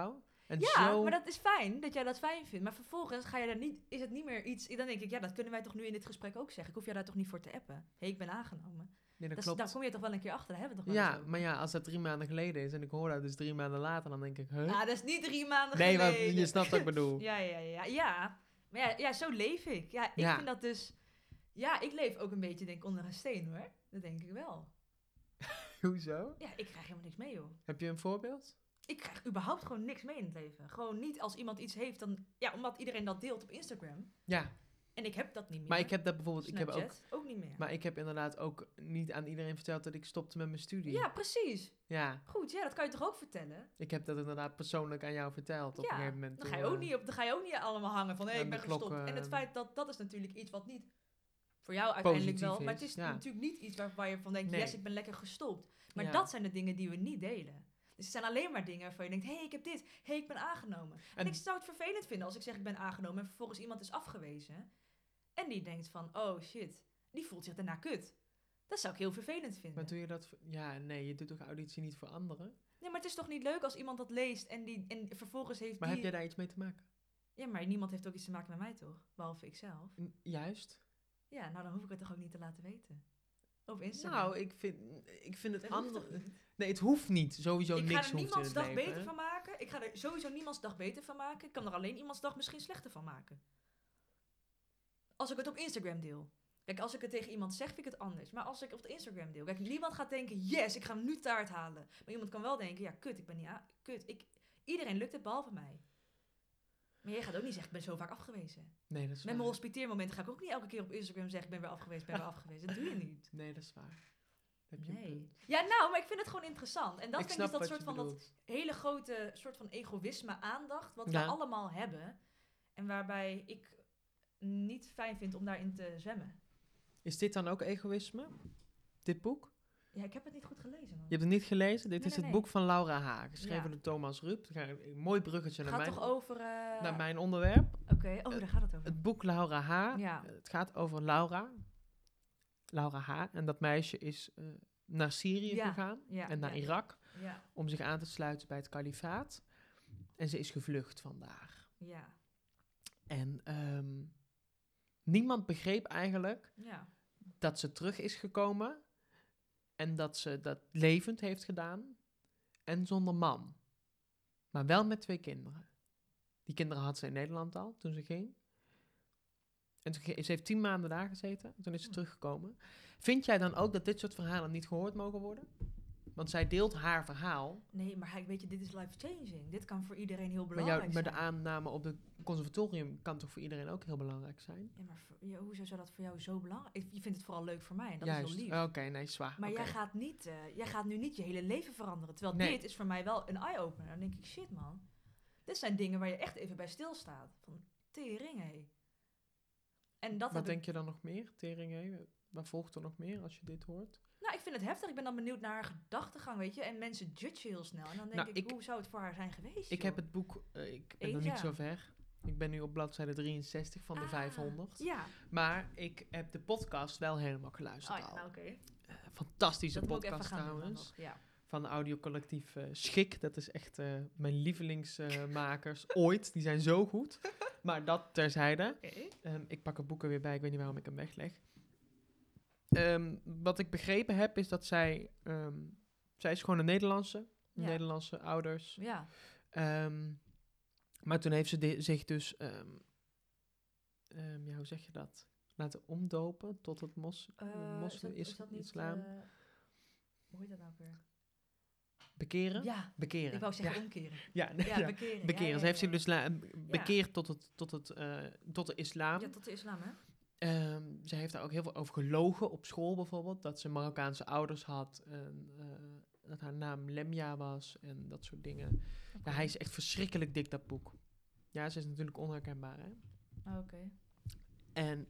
En Ja, zo... maar dat is fijn, dat jij dat fijn vindt. Maar vervolgens ga je daar niet, is het niet meer iets... Dan denk ik, ja, dat kunnen wij toch nu in dit gesprek ook zeggen. Ik hoef jij daar toch niet voor te appen. Hé, ik ben aangenomen. Nee, dat Dat, klopt. daar kom je toch wel een keer achter, daar hebben we het toch wel Ja, eens over. maar ja, als dat 3 maanden geleden is en ik hoor dat dus 3 maanden later, dan denk ik, huh? Ah, dat is niet 3 maanden Nee, maar geleden. je snapt wat ik bedoel. Ja. Maar ja, zo leef ik. Ja, ik Ja. vind dat dus... Ja, ik leef ook een beetje, denk ik, onder een steen, hoor. Dat denk ik wel. Hoezo? Ja, ik krijg helemaal niks mee, joh. Heb je een voorbeeld? Ik krijg überhaupt gewoon niks mee in het leven. Gewoon niet als iemand iets heeft, dan... Ja, omdat iedereen dat deelt op Instagram. Ja, En ik heb dat niet meer. maar ik heb dat bijvoorbeeld... Ik heb Snapchat ook niet meer. maar ik heb inderdaad ook niet aan iedereen verteld dat ik stopte met mijn studie. Ja, precies. Ja, Goed, ja, dat kan je toch ook vertellen? ik heb dat inderdaad persoonlijk aan jou verteld op een Ja, gegeven moment. Dan ga je ook niet allemaal hangen van, hé, aan ik ben de klok, gestopt. En het feit dat is natuurlijk iets wat niet... Voor jou uiteindelijk positief wel, maar is, het is ja. natuurlijk niet iets waar je van denkt, Nee. yes, ik ben lekker gestopt. Maar Ja. dat zijn de dingen die we niet delen. Dus het zijn alleen maar dingen waarvan je denkt, hé, ik heb dit. Hé, ik ben aangenomen. En ik zou het vervelend vinden als ik zeg, ik ben aangenomen en vervolgens iemand is afgewezen. En die denkt van, oh shit, die voelt zich daarna kut. Dat zou ik heel vervelend vinden. Maar doe je dat... Ja, nee, je doet toch auditie niet voor anderen? Nee, maar het is toch niet leuk als iemand dat leest en vervolgens heeft Maar die... heb jij daar iets mee te maken? Ja, maar niemand heeft ook iets te maken met mij, toch? Behalve ikzelf. Juist. Ja, nou dan hoef ik het toch ook niet te laten weten. Op Instagram. Nou, ik vind het Dat hoeft anders... toch niet? Nee, het hoeft niet. Sowieso Ik ga niks er hoeft in niemands het dag leven. beter van maken. Ik ga er sowieso niemands dag beter van maken. Ik kan er alleen iemands dag misschien slechter van maken. Als ik het op Instagram deel. Kijk, als ik het tegen iemand zeg, vind ik het anders. Maar als ik op het Instagram deel. Kijk, niemand gaat denken, yes, ik ga nu taart halen. Maar iemand kan wel denken, ja, kut, ik ben niet... Iedereen lukt het, behalve mij. Maar jij gaat ook niet zeggen, ik ben zo vaak afgewezen. Nee, dat is Met mijn waar. hospiteermomenten ga ik ook niet elke keer op Instagram zeggen, ik ben weer afgewezen, ben weer afgewezen. Dat doe je niet. Nee, dat is waar. Heb je een Nee. punt. Ja, nou, maar ik vind het gewoon interessant. En dat Ik vind ik snap dus dat wat soort je van dat bedoelt. hele grote soort van egoïsme aandacht, wat Ja. we allemaal hebben. En waarbij ik niet fijn vind om daarin te zwemmen. Is dit dan ook egoïsme? Dit boek? Ja, ik heb het niet goed gelezen, man. Je hebt het niet gelezen? Dit Nee, is nee, het nee. boek van Laura Haag, geschreven Ja. door Thomas Rupp. Dan ga ik een mooi bruggetje Het naar gaat mijn, toch over... naar mijn onderwerp. Oké, daar gaat het over. Het boek Laura H. Ja. Het gaat over Laura. Laura H. En dat meisje is naar Syrië Ja, gegaan ja, en naar ja. Irak Ja, om zich aan te sluiten bij het kalifaat. En ze is gevlucht vandaar. ja, En niemand begreep eigenlijk ja. dat ze terug is gekomen en dat ze dat levend heeft gedaan en zonder man. Maar wel met 2 kinderen. Die kinderen had ze in Nederland al toen ze ging. En ze heeft 10 maanden daar gezeten. En toen is ze teruggekomen. Vind jij dan ook dat dit soort verhalen niet gehoord mogen worden? Want zij deelt haar verhaal. Nee, maar weet je, dit is life-changing. Dit kan voor iedereen heel Maar, belangrijk maar zijn. de aanname op het conservatorium kan toch voor iedereen ook heel belangrijk zijn? Ja, maar hoezo zou dat voor jou zo belangrijk... Je vindt het vooral leuk voor mij en dat Juist. is heel lief. Oké, nee, zwaar. Maar Oké. jij gaat nu niet je hele leven veranderen. Terwijl Nee. dit is voor mij wel een eye-opener. Dan denk ik, shit man. Dit zijn dingen waar je echt even bij stilstaat. Van, tering hé. En dat Wat heb ik... denk je dan nog meer, Tering? Hé? Waar volgt er nog meer als je dit hoort? Nou, ik vind het heftig. Ik ben dan benieuwd naar haar gedachtegang, weet je. En mensen judgen heel snel. En dan denk Nou, ik, hoe zou het voor haar zijn geweest, Ik joh? heb het boek, ik ben Eens, nog niet ja. zo ver. Ik ben nu op bladzijde 63 van de 500. Ja. Maar ik heb de podcast wel helemaal geluisterd Oh ja, al. nou, oké. Fantastische Dat moet ik even podcast gaan doen dan trouwens. nog. Ja. Van de audiocollectief Schik. Dat is echt mijn lievelingsmakers ooit. Die zijn zo goed. Maar dat terzijde. Oké. Ik pak er boeken weer bij. Ik weet niet waarom ik hem wegleg. Wat ik begrepen heb is dat zij... zij is gewoon een Nederlandse. Ja. Nederlandse ouders. Ja. Maar toen heeft ze zich dus... ja, hoe zeg je dat? Laten omdopen tot het moslim is dat niet, islam. hoe heet dat nou weer? Bekeren? Ja, Bekeren. ik wou zeggen ja. omkeren. Ja, nee, Ja, ja. bekeren. Bekeren. Ja, Ze heeft zich ja. dus bekeerd tot de islam. Ja, tot de islam, hè? Ze heeft daar ook heel veel over gelogen op school bijvoorbeeld. Dat ze Marokkaanse ouders had. En dat haar naam Lemja was. En dat soort dingen. Ja, hij is echt verschrikkelijk dik, dat boek. Ja, ze is natuurlijk onherkenbaar, hè. Oké. En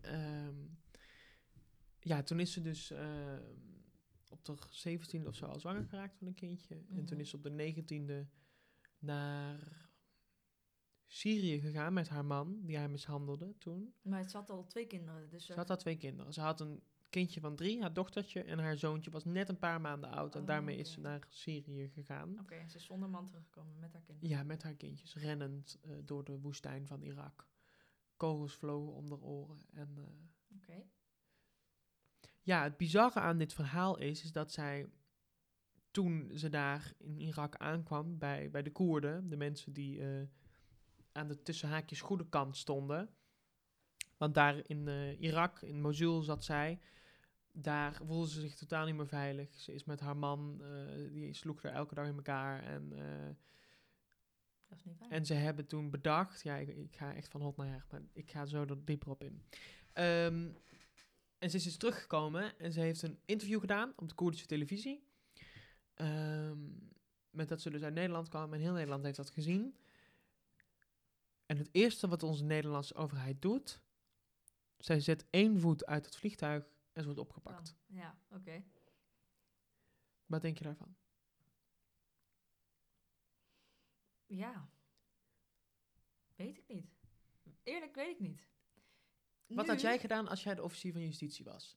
ja, toen is ze dus op de 17e of zo al zwanger geraakt van een kindje. En toen Mhm. is ze op de 19e naar Syrië gegaan met haar man, die haar mishandelde toen. Maar ze had al 2 kinderen, dus... Ze had al 2 kinderen. Ze had een kindje van 3, haar dochtertje, en haar zoontje was net een paar maanden oud. En Oh, daarmee is oké. ze naar Syrië gegaan. Oké, ze is zonder man teruggekomen met haar kinderen. Ja, met haar kindjes, rennend door de woestijn van Irak. Kogels vlogen om haar oren. En Oké. ja, het bizarre aan dit verhaal is dat zij, toen ze daar in Irak aankwam, bij de Koerden, de mensen die aan de tussen haakjes goede kant stonden. Want daar in Irak, in Mosul zat zij, daar voelde ze zich totaal niet meer veilig. Ze is met haar man, die sloeg er elke dag in elkaar. Dat is niet waar. En ze hebben toen bedacht, ja, ik ga echt van hot naar her, maar ik ga zo er dieper op in. En ze is dus teruggekomen en ze heeft een interview gedaan op de Koerdische televisie. Met dat ze dus uit Nederland kwam en heel Nederland heeft dat gezien. En het eerste wat onze Nederlandse overheid doet, zij zet 1 voet uit het vliegtuig en ze wordt opgepakt. Ja, oké. Wat denk je daarvan? Ja. Weet ik niet. Eerlijk weet ik niet. Wat Nu- had jij gedaan als jij de officier van justitie was?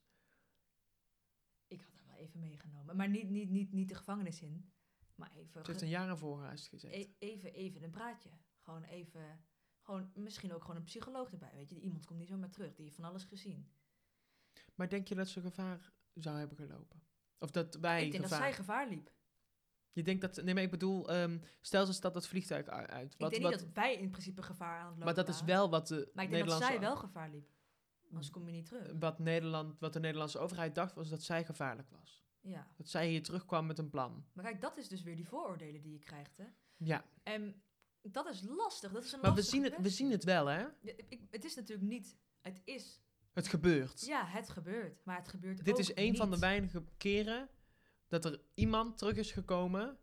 Ik had haar wel even meegenomen. Maar niet de gevangenis in. Maar even... Ze heeft een jaar in voorhuis gezeten. Even een praatje. Gewoon even... misschien ook gewoon een psycholoog erbij. Weet je, iemand komt niet zomaar terug. Die heeft van alles gezien. Maar denk je dat ze gevaar zou hebben gelopen? Of dat wij Ik denk dat zij gevaar liep. Je denkt dat... Nee, maar ik bedoel, stel ze stapt dat vliegtuig uit. Ik denk niet dat wij in principe gevaar aan het lopen maar dat is waren. wel wat de Maar ik denk dat Nederlandse... zij wel gevaar liep. Anders kom je niet terug. Wat de Nederlandse overheid dacht, was dat zij gevaarlijk was. Ja. Dat zij hier terugkwam met een plan. Maar kijk, dat is dus weer die vooroordelen die je krijgt, hè. Ja, En dat is lastig. Dat is een maar we lastige zien kwestie. het wel, hè? Ja, het is natuurlijk niet... Het is... Het gebeurt. Ja, het gebeurt. Maar het gebeurt Dit ook is een van de niet. weinige keren dat er iemand terug is gekomen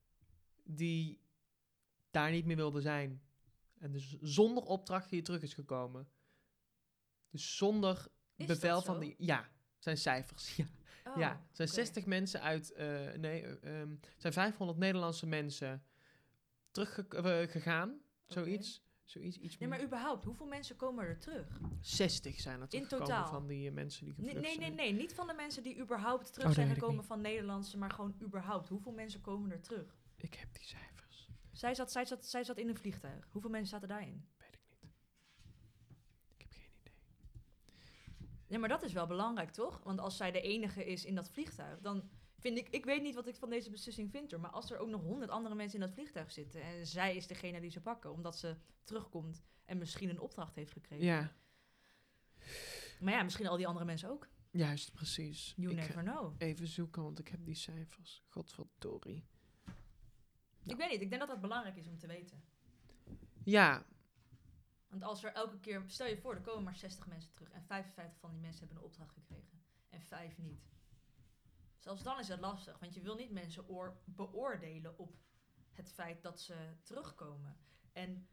die daar niet meer wilde zijn. En dus zonder opdracht hier terug is gekomen. Dus zonder Is bevel dat van zo? die... Ja, zijn cijfers. Ja, Oh, ja. Er zijn oké. 60 mensen uit... zijn 500 Nederlandse mensen teruggegaan. Zoiets. Iets Nee, meer. maar überhaupt, hoeveel mensen komen er terug? 60 zijn er teruggekomen totaal? van die mensen die gevlucht zijn. Nee. Niet van de mensen die überhaupt terug dat zijn weet ik gekomen niet. van Nederlandse, maar gewoon überhaupt. Hoeveel mensen komen er terug? Ik heb die cijfers. Zij zat in een vliegtuig. Hoeveel mensen zaten daarin? Weet ik niet. Ik heb geen idee. Ja, maar dat is wel belangrijk, toch? Want als zij de enige is in dat vliegtuig, dan vind ik weet niet wat ik van deze beslissing vind, hoor. Maar als er ook nog 100 andere mensen in dat vliegtuig zitten en zij is degene die ze pakken, omdat ze terugkomt en misschien een opdracht heeft gekregen. Ja, Maar ja, misschien al die andere mensen ook. juist, precies. You Ik never ga know. even zoeken, want ik heb die cijfers. Godverdorie. Ik weet niet, ik denk dat dat belangrijk is om te weten. Ja, Want als er elke keer, stel je voor, er komen maar 60 mensen terug en 55 van die mensen hebben een opdracht gekregen en 5 niet. Zelfs dan is het lastig, want je wil niet mensen beoordelen op het feit dat ze terugkomen. En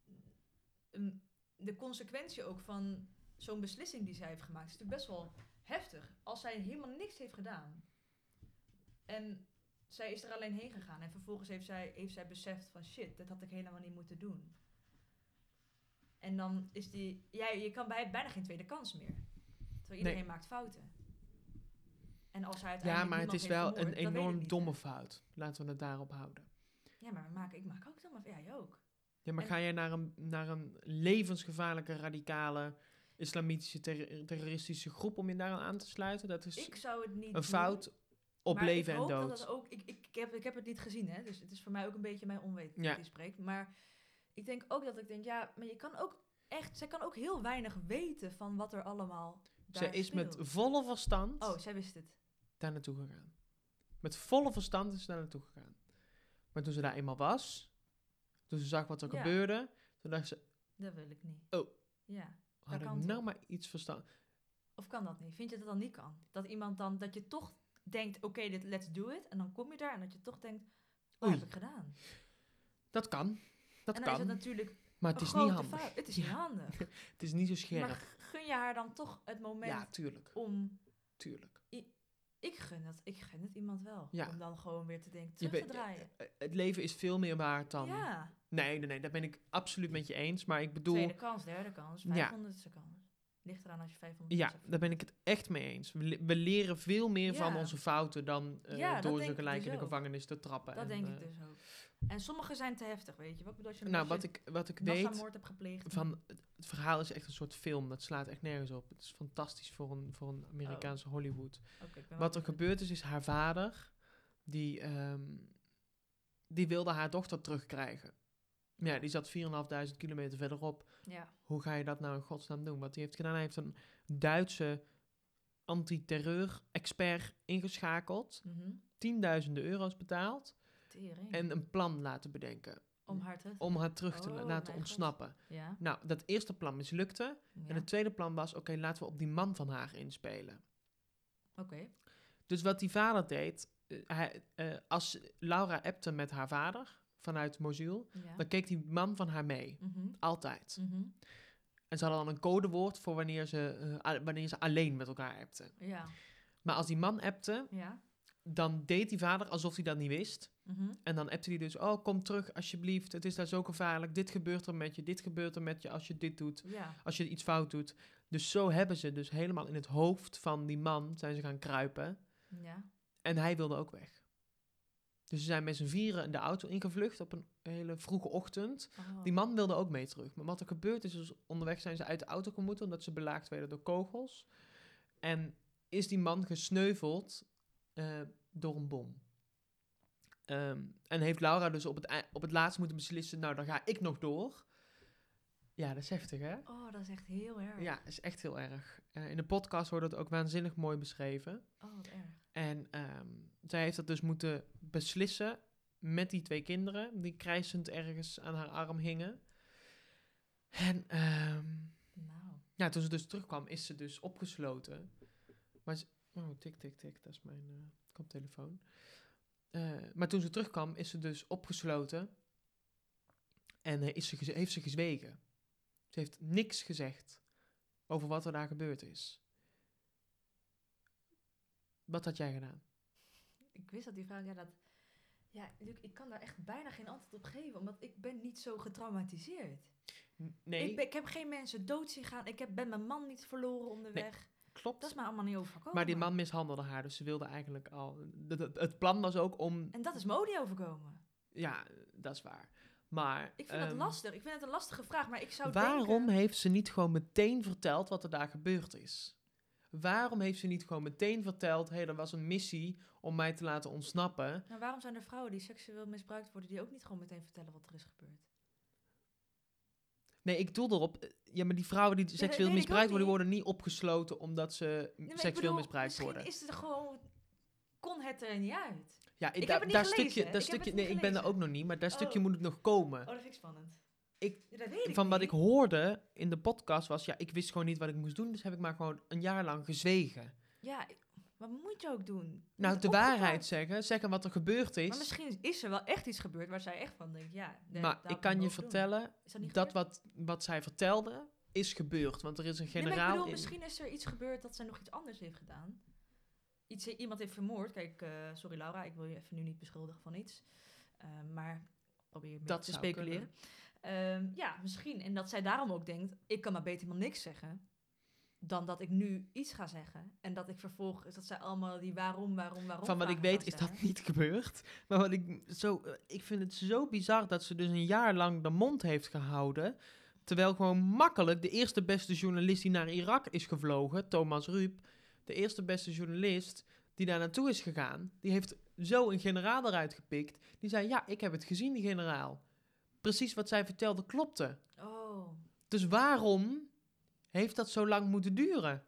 de consequentie ook van zo'n beslissing die zij heeft gemaakt is natuurlijk best wel heftig. Als zij helemaal niks heeft gedaan en zij is er alleen heen gegaan en vervolgens heeft zij beseft van shit, dit had ik helemaal niet moeten doen. En dan is je kan bijna geen tweede kans meer. Terwijl iedereen maakt fouten. En als hij uiteindelijk maar het niemand is heeft wel vermoord, een dan weet ik enorm niet, domme hè. fout. Laten we het daarop houden. Ja, maar ik maak ook domme fouten. Ja, jij ook. Ja, maar En- ga jij naar een levensgevaarlijke, radicale, islamitische, terroristische groep om je daar aan te sluiten? Dat is Ik zou het niet een doen, fout op maar leven ik en hoop dood. Dat het ook, ik heb het niet gezien, hè. Dus het is voor mij ook een beetje mijn onweten Ja. die spreekt. Maar ik denk ook dat ik denk, ja, maar je kan ook echt... Zij kan ook heel weinig weten van wat er allemaal daar Zij is speelt. met volle verstand Oh, zij wist het. daar naartoe gegaan. Met volle verstand is ze daar naartoe gegaan. Maar toen ze daar eenmaal was, toen ze zag wat er Ja. gebeurde, toen dacht ze, Dat wil ik niet. Oh. Ja. had ik kan nou toch? maar iets verstand. Of kan dat niet? Vind je dat dan niet kan? Dat iemand dan, dat je toch denkt, oké, let's do it. En dan kom je daar en dat je toch denkt, wat Oei. heb ik gedaan? Dat kan. Dat en dan is kan. het natuurlijk Maar het een is niet grote handig. fout. Het is Ja. niet handig. Het is niet zo scherp. Maar gun je haar dan toch het moment Ja, tuurlijk. om... Tuurlijk. Ik gun het iemand wel. Ja. Om dan gewoon weer te denken, Je terug te bent- draaien. Het leven is veel meer waard dan... Ja. Nee, dat ben ik absoluut met je eens. Maar ik bedoel... Tweede kans, derde kans, Ja. 500ste kans. Ligt eraan als je 500 Ja, mensen hebt daar ben ik het echt mee eens. We leren veel meer van Ja. onze fouten dan Ja, dat door denk ze ik gelijk dus in de ook. gevangenis te trappen. Dat En, denk ik dus ook. En sommige zijn te heftig, weet je. Wat bedoel je? Nou, wat ik weet massamoord hebt gepleegd. van het verhaal is echt een soort film. Dat slaat echt nergens op. Het is fantastisch voor een Amerikaanse Hollywood. Oké, ik ben wel Wat er benieuwd. gebeurd is haar vader, die wilde haar dochter terugkrijgen. Ja, die zat 4.500 kilometer verderop. Ja. Hoe ga je dat nou in godsnaam doen? Wat hij heeft gedaan, hij heeft een Duitse antiterreur-expert ingeschakeld. Tienduizenden euro's betaald. Tering. En een plan laten bedenken. Om haar terug te Om haar terug te Oh, laten mijn god. ontsnappen. Ja. Nou, dat eerste plan mislukte. Ja. En het tweede plan was, oké, laten we op die man van haar inspelen. Oké. Dus wat die vader deed, als Laura appte met haar vader vanuit Mosul, Ja. dan keek die man van haar mee. Mhm. Altijd. Mhm. En ze hadden dan een codewoord voor wanneer ze alleen met elkaar appten. Ja. Maar als die man appte, Ja. dan deed die vader alsof hij dat niet wist. Mhm. En dan appte hij dus, oh, kom terug alsjeblieft, het is daar zo gevaarlijk, dit gebeurt er met je als je dit doet, Ja. als je iets fout doet. Dus zo hebben ze dus helemaal in het hoofd van die man zijn ze gaan kruipen. Ja. En hij wilde ook weg. Dus ze zijn met z'n vieren de auto ingevlucht op een hele vroege ochtend. Oh. Die man wilde ook mee terug. Maar wat er gebeurd is, dus onderweg zijn ze uit de auto gemoeten omdat ze belaagd werden door kogels. En is die man gesneuveld door een bom. En heeft Laura dus op het laatst moeten beslissen, nou dan ga ik nog door. Ja, dat is heftig hè? Oh, dat is echt heel erg. Ja, dat is echt heel erg. In de podcast wordt het ook waanzinnig mooi beschreven. Oh, wat erg. En zij heeft dat dus moeten beslissen met die 2 kinderen, die krijsend ergens aan haar arm hingen. En Nou. ja, toen ze dus terugkwam, is ze dus opgesloten. Maar tik, tik, tik, dat is mijn koptelefoon. Maar toen ze terugkwam, is ze dus opgesloten en heeft ze gezwegen. Ze heeft niks gezegd over wat er daar gebeurd is. Wat had jij gedaan? Ik wist dat die vraag... Ja, Luc, ik kan daar echt bijna geen antwoord op geven, omdat ik ben niet zo getraumatiseerd. Nee, Ik heb geen mensen dood zien gaan. Ben mijn man niet verloren onderweg. klopt. Dat is mij allemaal niet overkomen. Maar die man mishandelde haar, dus ze wilde eigenlijk al... Het plan was ook om... En dat is me ook niet overkomen. Ja, dat is waar. Maar... Ik vind dat lastig. Ik vind het een lastige vraag, maar ik zou waarom denken... heeft ze niet gewoon meteen verteld wat er daar gebeurd is? Waarom heeft ze niet gewoon meteen verteld... hé, er was een missie om mij te laten ontsnappen? Nou, waarom zijn er vrouwen die seksueel misbruikt worden... die ook niet gewoon meteen vertellen wat er is gebeurd? Nee, ik doe erop... Ja, maar die vrouwen die seksueel weet ik misbruikt ook worden... niet. worden niet opgesloten omdat ze Nee, maar ik seksueel bedoel, misbruikt worden. Misschien is het gewoon... Kon het er niet uit? Ja, Ik heb het niet dat gelezen, stukje, hè? dat Ik heb stukje, het niet nee, ik ben er gelezen. ook nog niet, maar dat Oh. stukje moet ik nog komen. Oh, dat vind ik spannend. Ik- Ja, dat weet ik Van wat niet. ik hoorde in de podcast was, ja, ik wist gewoon niet wat ik moest doen, dus heb ik maar gewoon een jaar lang gezwegen. Ja, wat moet je ook doen? Je Nou, wordt de opgepakt. waarheid zeggen wat er gebeurd Maar is. misschien is er wel echt iets gebeurd waar zij echt van denkt, ja... Maar ik kan je vertellen, Is dat niet dat gebeurd? wat zij vertelde, is gebeurd. Want er is een Nee, maar ik generaal bedoel, in... misschien is er iets gebeurd dat zij nog iets anders heeft gedaan. Iemand heeft vermoord. Kijk, sorry Laura, ik wil je even nu niet beschuldigen van iets. Maar probeer meer Dat te zou speculeren. Ja, misschien. En dat zij daarom ook denkt, ik kan maar beter helemaal niks zeggen... dan dat ik nu iets ga zeggen. En dat ik vervolgens, dat zij allemaal die waarom Van wat vragen ik weet gaan is dat stellen. niet gebeurd. Maar wat ik vind het zo bizar dat ze dus een jaar lang de mond heeft gehouden. Terwijl gewoon makkelijk de eerste beste journalist die naar Irak is gevlogen, Thomas Ruip, de eerste beste journalist die daar naartoe is gegaan, die heeft zo een generaal eruit gepikt. Die zei, ja, ik heb het gezien, die generaal. Precies wat zij vertelde klopte. Oh, Dus waarom heeft dat zo lang moeten duren?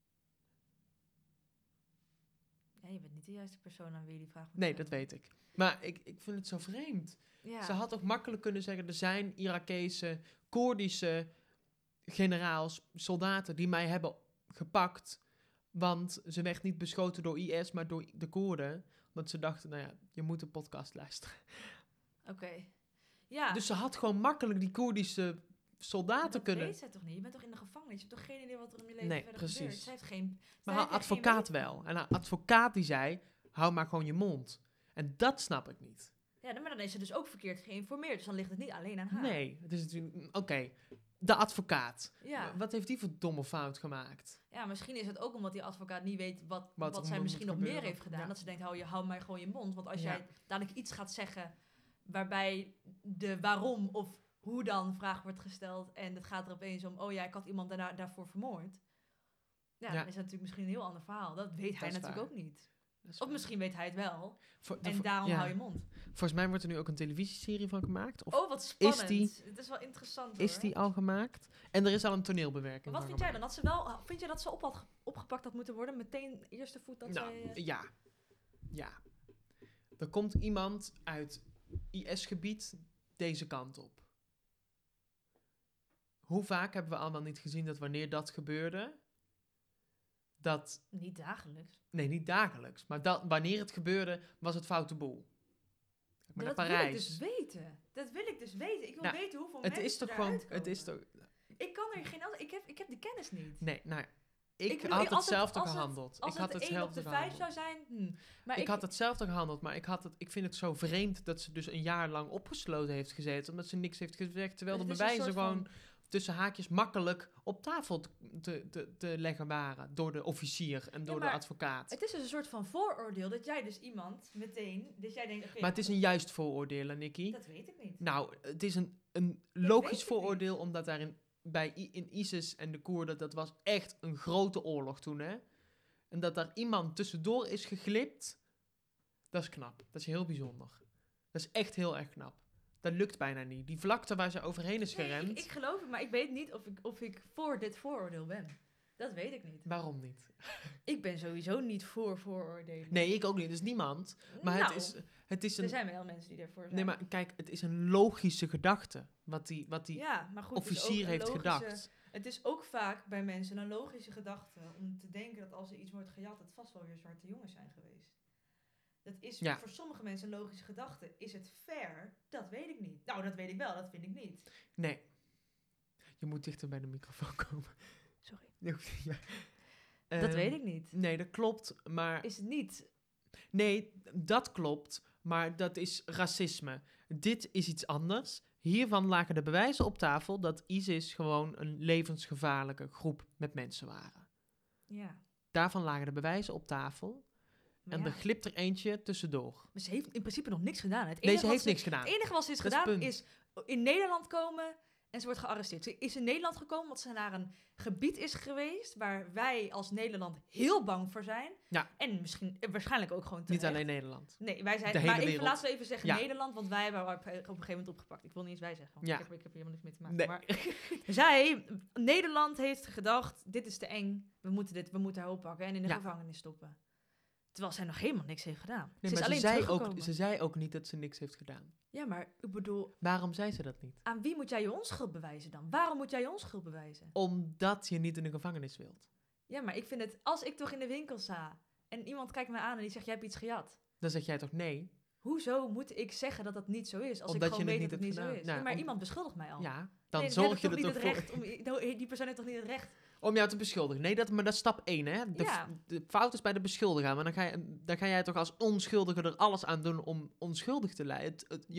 ja, je bent niet de juiste persoon aan wie je die vraag moet Nee, stellen. dat weet ik. Maar ik vind het zo vreemd. Ja. Ze had toch makkelijk kunnen zeggen, er zijn Irakese, Koerdische generaals, soldaten die mij hebben gepakt. Want ze werd niet beschoten door IS, maar door de Koerden. Want ze dachten, nou ja, je moet een podcast luisteren. Oké. Ja. Dus ze had gewoon makkelijk die Koerdische soldaten dat kunnen. weet zij toch niet? Je bent toch in de gevangenis? Je hebt toch geen idee wat er in je leven Nee, verder precies. gebeurt? Zij heeft geen... Maar zij haar heeft er geen advocaat weet van. wel. En haar advocaat die zei, hou maar gewoon je mond. En dat snap ik niet. Ja, maar dan is ze dus ook verkeerd geïnformeerd. Dus dan ligt het niet alleen aan haar. Nee, het is natuurlijk... Oké, de advocaat. Ja. Wat heeft die voor domme fout gemaakt? Ja, misschien is het ook omdat die advocaat niet weet wat er zij moet misschien nog gebeuren. meer heeft gedaan. Ja. Dat ze denkt, hou mij gewoon je mond. Want als Ja. jij dadelijk iets gaat zeggen waarbij de waarom of hoe dan vraag wordt gesteld en het gaat er opeens om, oh ja, ik had iemand daarvoor vermoord. Ja, Ja. dan is dat natuurlijk misschien een heel ander verhaal. Dat weet hij is natuurlijk waar. ook niet. Dat is Of waar. misschien weet hij het wel Voor- en daarom ja. hou je mond. Volgens mij wordt er nu ook een televisieserie van gemaakt. Of Oh, wat spannend. die- Het is wel interessant, is hoor. die al gemaakt? En er is al een toneelbewerking Maar wat van vind jij dan? gemaakt. Vind jij dat ze opgepakt had moeten worden? Meteen eerste voet dat Nou, zij... ja. Ja. Er komt iemand uit IS-gebied deze kant op. Hoe vaak hebben we allemaal niet gezien dat wanneer dat gebeurde, dat... Niet dagelijks. Nee, niet dagelijks. Maar wanneer het gebeurde, was het foute boel. Kijk maar dat naar wil ik Parijs. dus weten. Dat wil ik dus weten. Ik wil Nou, weten hoeveel Het mensen is toch eruit gewoon... komen. Het is toch... Ik kan er geen... Ik heb die kennis niet. Nee, nou ja, Ik ik bedoel, had als hetzelfde het- gehandeld. Als Ik had het 1 op hetzelfde de 5 gehandeld. zou zijn... Maar Ik had hetzelfde gehandeld, maar ik vind het zo vreemd dat ze dus een jaar lang opgesloten heeft gezeten, omdat ze niks heeft gezegd, terwijl de het is een bewijzen soort gewoon tussen haakjes makkelijk op tafel te leggen waren door de officier en door de maar advocaat. Het is dus een soort van vooroordeel dat jij dus iemand meteen... Dus jij denkt, oké, Maar het is een juist vooroordeel, hè, Nicky. dat weet ik niet. Nou, het is een weet logisch ik vooroordeel, omdat daarin in ISIS en de Koerden, dat was echt een grote oorlog toen, hè. En dat daar iemand tussendoor is geglipt, dat is knap. Dat is heel bijzonder. Dat is echt heel erg knap. Dat lukt bijna niet. Die vlakte waar ze overheen is Nee, gerend, ik geloof het, maar ik weet niet of ik voor dit vooroordeel ben. Dat weet ik niet. waarom niet? Ik ben sowieso niet voor vooroordelen. Nee, ik ook niet. Dus niemand. Maar Nou, het is er een... zijn wel mensen die ervoor zijn. Nee, maar kijk, het is een logische gedachte. Wat die ja, maar goed, het is ook officier een heeft logische- gedacht. Het is ook vaak bij mensen een logische gedachte om te denken dat als er iets wordt gejat, het vast wel weer zwarte jongens zijn geweest. Dat is Ja. voor sommige mensen een logische gedachte. Is het fair? Dat weet ik niet. Nou, dat weet ik wel, dat vind ik niet. Nee. Je moet dichter bij de microfoon komen. Sorry. Ja. Dat Ehm, weet ik niet. Nee, dat klopt, maar... Is het niet? Nee, dat klopt, maar dat is racisme. Dit is iets anders. Hiervan lagen de bewijzen op tafel dat ISIS gewoon een levensgevaarlijke groep met mensen waren. Ja. Daarvan lagen de bewijzen op tafel. Maar En ja. er glipt er eentje tussendoor. Maar ze heeft in principe nog niks gedaan. Het Nee, enige ze wat heeft niks gedaan. Het enige wat ze is Dat is gedaan punt. is in Nederland komen en ze wordt gearresteerd. Ze is in Nederland gekomen omdat ze naar een gebied is geweest waar wij als Nederland heel bang voor zijn. Ja. En misschien, waarschijnlijk ook gewoon Niet terecht. alleen Nederland. Nee, wij zijn, De hele maar even, wereld. laten we even zeggen Ja. Nederland, want wij waren op een gegeven moment opgepakt. Ik wil niet eens wij zeggen, want Ja. ik heb er helemaal niks mee te maken. Nee. Maar Nederland heeft gedacht, dit is te eng, we moeten haar oppakken en in de Ja. gevangenis stoppen. Terwijl zij nog helemaal niks heeft gedaan. Nee, ze is maar alleen teruggekomen. ze zei ook niet dat ze niks heeft gedaan. Ja, maar ik bedoel, Waarom zei ze dat niet? aan wie moet jij je onschuld bewijzen dan? Waarom moet jij je onschuld bewijzen? Omdat je niet in de gevangenis wilt. Ja, maar ik vind het, als ik toch in de winkel sta en iemand kijkt me aan en die zegt, jij hebt iets gejat. Dan zeg jij toch nee? Hoezo moet ik zeggen dat dat niet zo is, als Omdat ik gewoon je het weet dat het niet niet zo hebt is? gedaan. Ja, Nou, maar om- iemand beschuldigt mij al. Ja, dan Nee, zorg je toch er niet toch het voor... recht die persoon heeft toch niet het recht? Om jou te beschuldigen. Nee, maar dat is stap 1, hè? Ja. De fout is bij de beschuldiger. Maar dan ga jij toch als onschuldige er alles aan doen om onschuldig te lijden.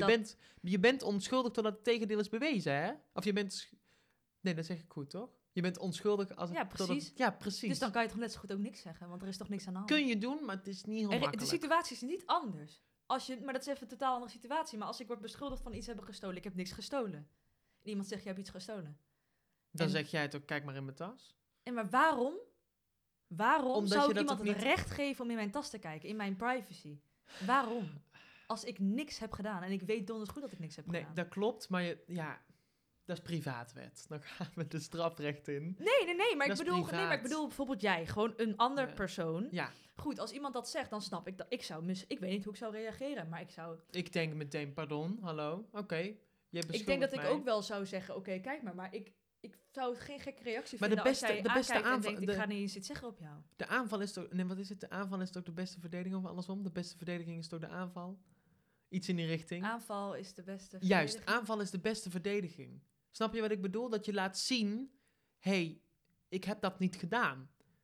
Je bent onschuldig totdat het tegendeel is bewezen, hè? Of je bent... Nee, dat zeg ik goed, toch? Je bent onschuldig als het... Ja, totdat- precies. Ja, precies. Dus dan kan je toch net zo goed ook niks zeggen, want er is toch niks aan de hand. Kun je doen, maar het is niet heel De makkelijk. situatie is niet anders. Maar dat is even een totaal andere situatie. Maar als ik word beschuldigd van iets hebben gestolen, ik heb niks gestolen. En iemand zegt, je hebt iets gestolen. Dan en- zeg jij toch, kijk maar in mijn tas. En maar waarom? Waarom Omdat zou je ik dat iemand ook het niet- recht geven om in mijn tas te kijken, in mijn privacy? Waarom? Als ik niks heb gedaan en ik weet donders goed dat ik niks heb Nee, gedaan. dat klopt, maar dat is privaatwet. Dan gaan we de strafrecht in. Nee, maar Dat ik is bedoel, privaat. bijvoorbeeld jij, gewoon een ander Ja. persoon. Ja, Goed, als iemand dat zegt, dan snap ik dat. Ik weet niet hoe ik zou reageren, maar ik denk meteen, pardon, hallo, oké. ik denk dat ik ook wel zou zeggen, oké, kijk maar ik zou het geen gekke reactie Maar vinden de beste als jij aankijkt en aanval- denkt, ik ga niet eens iets zeggen op jou. De aanval is toch... Nee, wat is het? De aanval is toch de beste verdediging of andersom? De beste verdediging is toch de aanval? Iets in die richting. Aanval is de beste Juist, verdediging. aanval is de beste verdediging. Snap je wat ik bedoel? Dat je laat zien... hey, ik heb dat niet gedaan.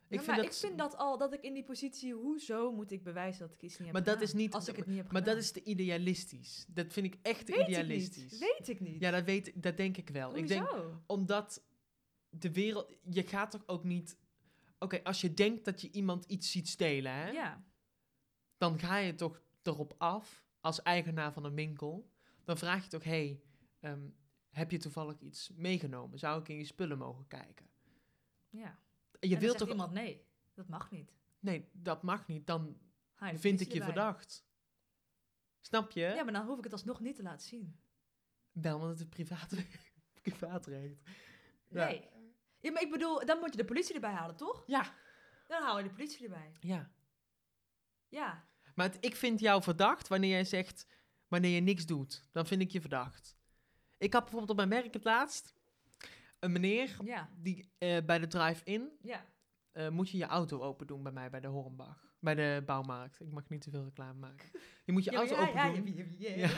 Ik vind dat al, dat ik in die positie, hoezo moet ik bewijzen dat ik iets niet heb Maar gedaan? dat is niet... Als ik het niet heb Maar gedaan. dat is te idealistisch. Dat vind ik echt te Weet idealistisch. Weet ik niet. Ja, dat denk ik wel. Ik Hoezo? denk, omdat de wereld... Je gaat toch ook niet... Oké, als je denkt dat je iemand iets ziet stelen, hè? Ja. Dan ga je toch erop af, als eigenaar van een winkel. Dan vraag je toch, heb je toevallig iets meegenomen? Zou ik in je spullen mogen kijken? Ja. Je En dan wilt zegt toch... iemand nee, dat mag niet. Nee, dat mag niet. Dan Ga je de vind ik politie je erbij. verdacht. Snap je? Ja, maar dan hoef ik het alsnog niet te laten zien. Wel, want het is privaatrecht. Ja. Nee. Ja, maar ik bedoel, dan moet je de politie erbij halen, toch? Ja. Dan haal je de politie erbij. Ja. Ja. Maar ik vind jou verdacht wanneer jij zegt, wanneer je niks doet. Dan vind ik je verdacht. Ik had bijvoorbeeld op mijn werk het laatst een meneer Ja. die bij de drive-in Ja. moet je je auto open doen bij mij bij de Hornbach. Bij de bouwmarkt. Ik mag niet te veel reclame maken. Je moet je auto open doen. Ja.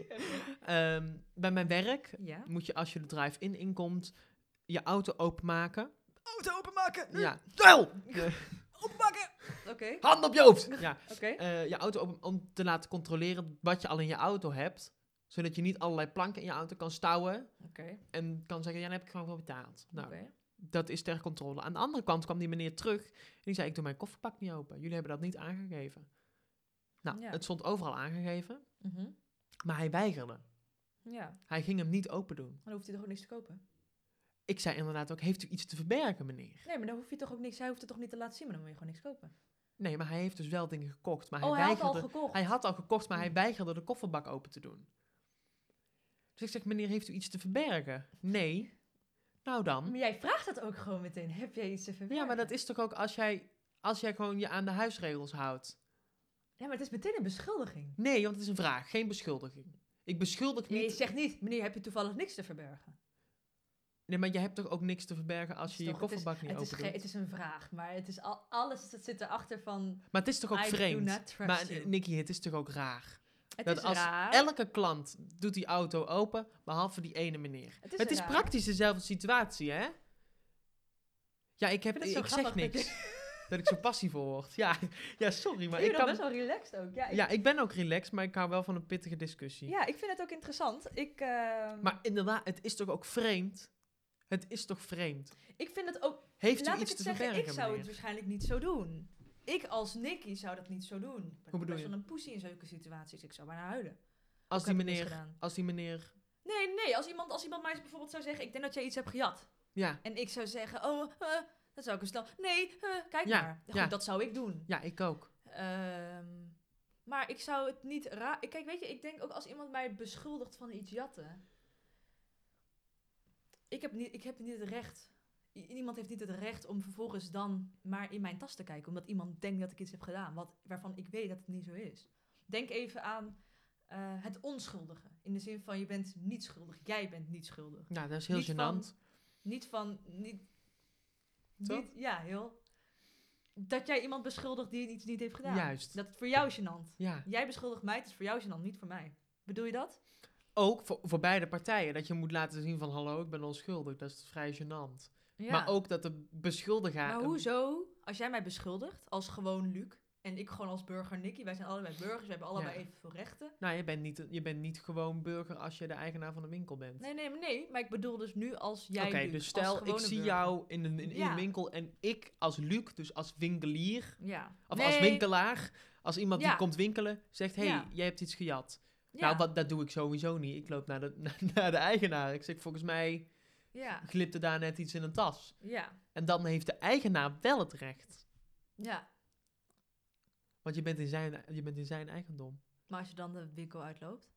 Bij mijn werk Ja. moet je als je de drive-in inkomt je auto openmaken. Auto openmaken! Ja. Stel! Openmaken! Oké. Hand op je hoofd! Ja. Oké. Je auto open om te laten controleren wat je al in je auto hebt. Zodat je niet allerlei planken in je auto kan stouwen. Oké. En kan zeggen, ja, dan heb ik gewoon wel betaald. Nou, Oké. dat is ter controle. Aan de andere kant kwam die meneer terug. En die zei, ik doe mijn kofferbak niet open. Jullie hebben dat niet aangegeven. Nou, Ja. het stond overal aangegeven. Mhm. Maar hij weigerde. Ja. Hij ging hem niet open doen. Dan hoeft hij toch ook niks te kopen? Ik zei inderdaad ook, heeft u iets te verbergen, meneer? Nee, maar dan hoef je toch ook niks. Hij hoeft het toch niet te laten zien, maar dan moet je gewoon niks kopen. Nee, maar hij heeft dus wel dingen gekocht. Maar Oh, hij had al weigerde, gekocht. hij had al gekocht, maar hij Hmm. weigerde de kofferbak open te doen. Dus ik zeg, meneer, heeft u iets te verbergen? Nee. Nou dan. Maar jij vraagt dat ook gewoon meteen. Heb jij iets te verwerken? Ja, maar dat is toch ook als jij gewoon je aan de huisregels houdt. Ja, maar het is meteen een beschuldiging. Nee, want het is een vraag, geen beschuldiging. Ik beschuldig Nee, je niet... zegt niet, meneer, heb je toevallig niks te verbergen? Nee, maar je hebt toch ook niks te verbergen als Het je is je toch- kofferbak niet het is, open doet? het is een vraag, maar het is alles dat zit erachter van... Maar het is toch ook I do vreemd? not trust Maar you. Nicky, het is toch ook raar? Het Dat is als raar. elke klant doet die auto open, behalve die ene meneer. Het is raar. praktisch dezelfde situatie, hè? Ja, vind het zo ik zeg grappig niks. Dat ik zo passief word. Ja, ja, sorry, maar Ik ik ben kan... best wel relaxed ook. Ja, Ja, ik ben ook relaxed, maar ik hou wel van een pittige discussie. ja, ik vind het ook interessant. Maar inderdaad, het is toch ook vreemd? Het is toch vreemd? ik vind het ook... Heeft u Laat ik iets het te zeggen, verbergen, ik zou het meneer? waarschijnlijk niet zo doen. Ik als Nicky zou dat niet zo doen. Ik ben Hoe bedoel best je? wel een poesie in zulke situaties. Ik zou bijna huilen. Als Ook die heb ik niks meneer... gedaan. Als die meneer... Nee, als iemand mij bijvoorbeeld zou zeggen... Ik denk dat jij iets hebt gejat. Ja, En ik zou zeggen... dat zou ik een snel... Nee, kijk Ja, maar. Goed, ja. dat zou ik doen. ja, ik ook. Maar ik zou het niet raar... Kijk, weet je, ik denk ook als iemand mij beschuldigt van iets jatten... Ik heb niet het recht... Niemand heeft niet het recht om vervolgens dan maar in mijn tas te kijken. Omdat iemand denkt dat ik iets heb gedaan. Waarvan ik weet dat het niet zo is. Denk even aan het onschuldige. In de zin van je bent niet schuldig. Jij bent niet schuldig. Nou, dat is heel Niet gênant. Toch? Ja, heel... Dat jij iemand beschuldigt die iets niet heeft gedaan. Juist. Dat het voor jou is gênant. Ja. Jij beschuldigt mij, het is voor jou gênant, niet voor mij. Bedoel je dat? Ook voor beide partijen. Dat je moet laten zien van... Hallo, ik ben onschuldig. Dat is vrij gênant. Ja. Maar ook dat de beschuldiger... Maar hoezo, als jij mij beschuldigt, als gewoon Luc, en ik gewoon als burger Nicky, wij zijn allebei burgers, we hebben allebei Ja. evenveel rechten. Nou, je bent niet gewoon burger als je de eigenaar van een winkel bent. Nee, maar ik bedoel dus nu als jij Oké, Luc, dus als stel, ik gewone zie burger. jou in een Ja. winkel en ik als Luc, dus als winkelier, Ja. of Nee. als winkelaar, als iemand Ja. die komt winkelen, zegt, hey, Ja. jij hebt iets gejat. Ja. Nou, dat doe ik sowieso niet. Ik loop naar naar de eigenaar. Ik zeg, volgens mij Ja. glipte daar net iets in een tas. Ja. En dan heeft de eigenaar wel het recht. Ja. Want je bent in zijn eigendom. Maar als je dan de winkel uitloopt?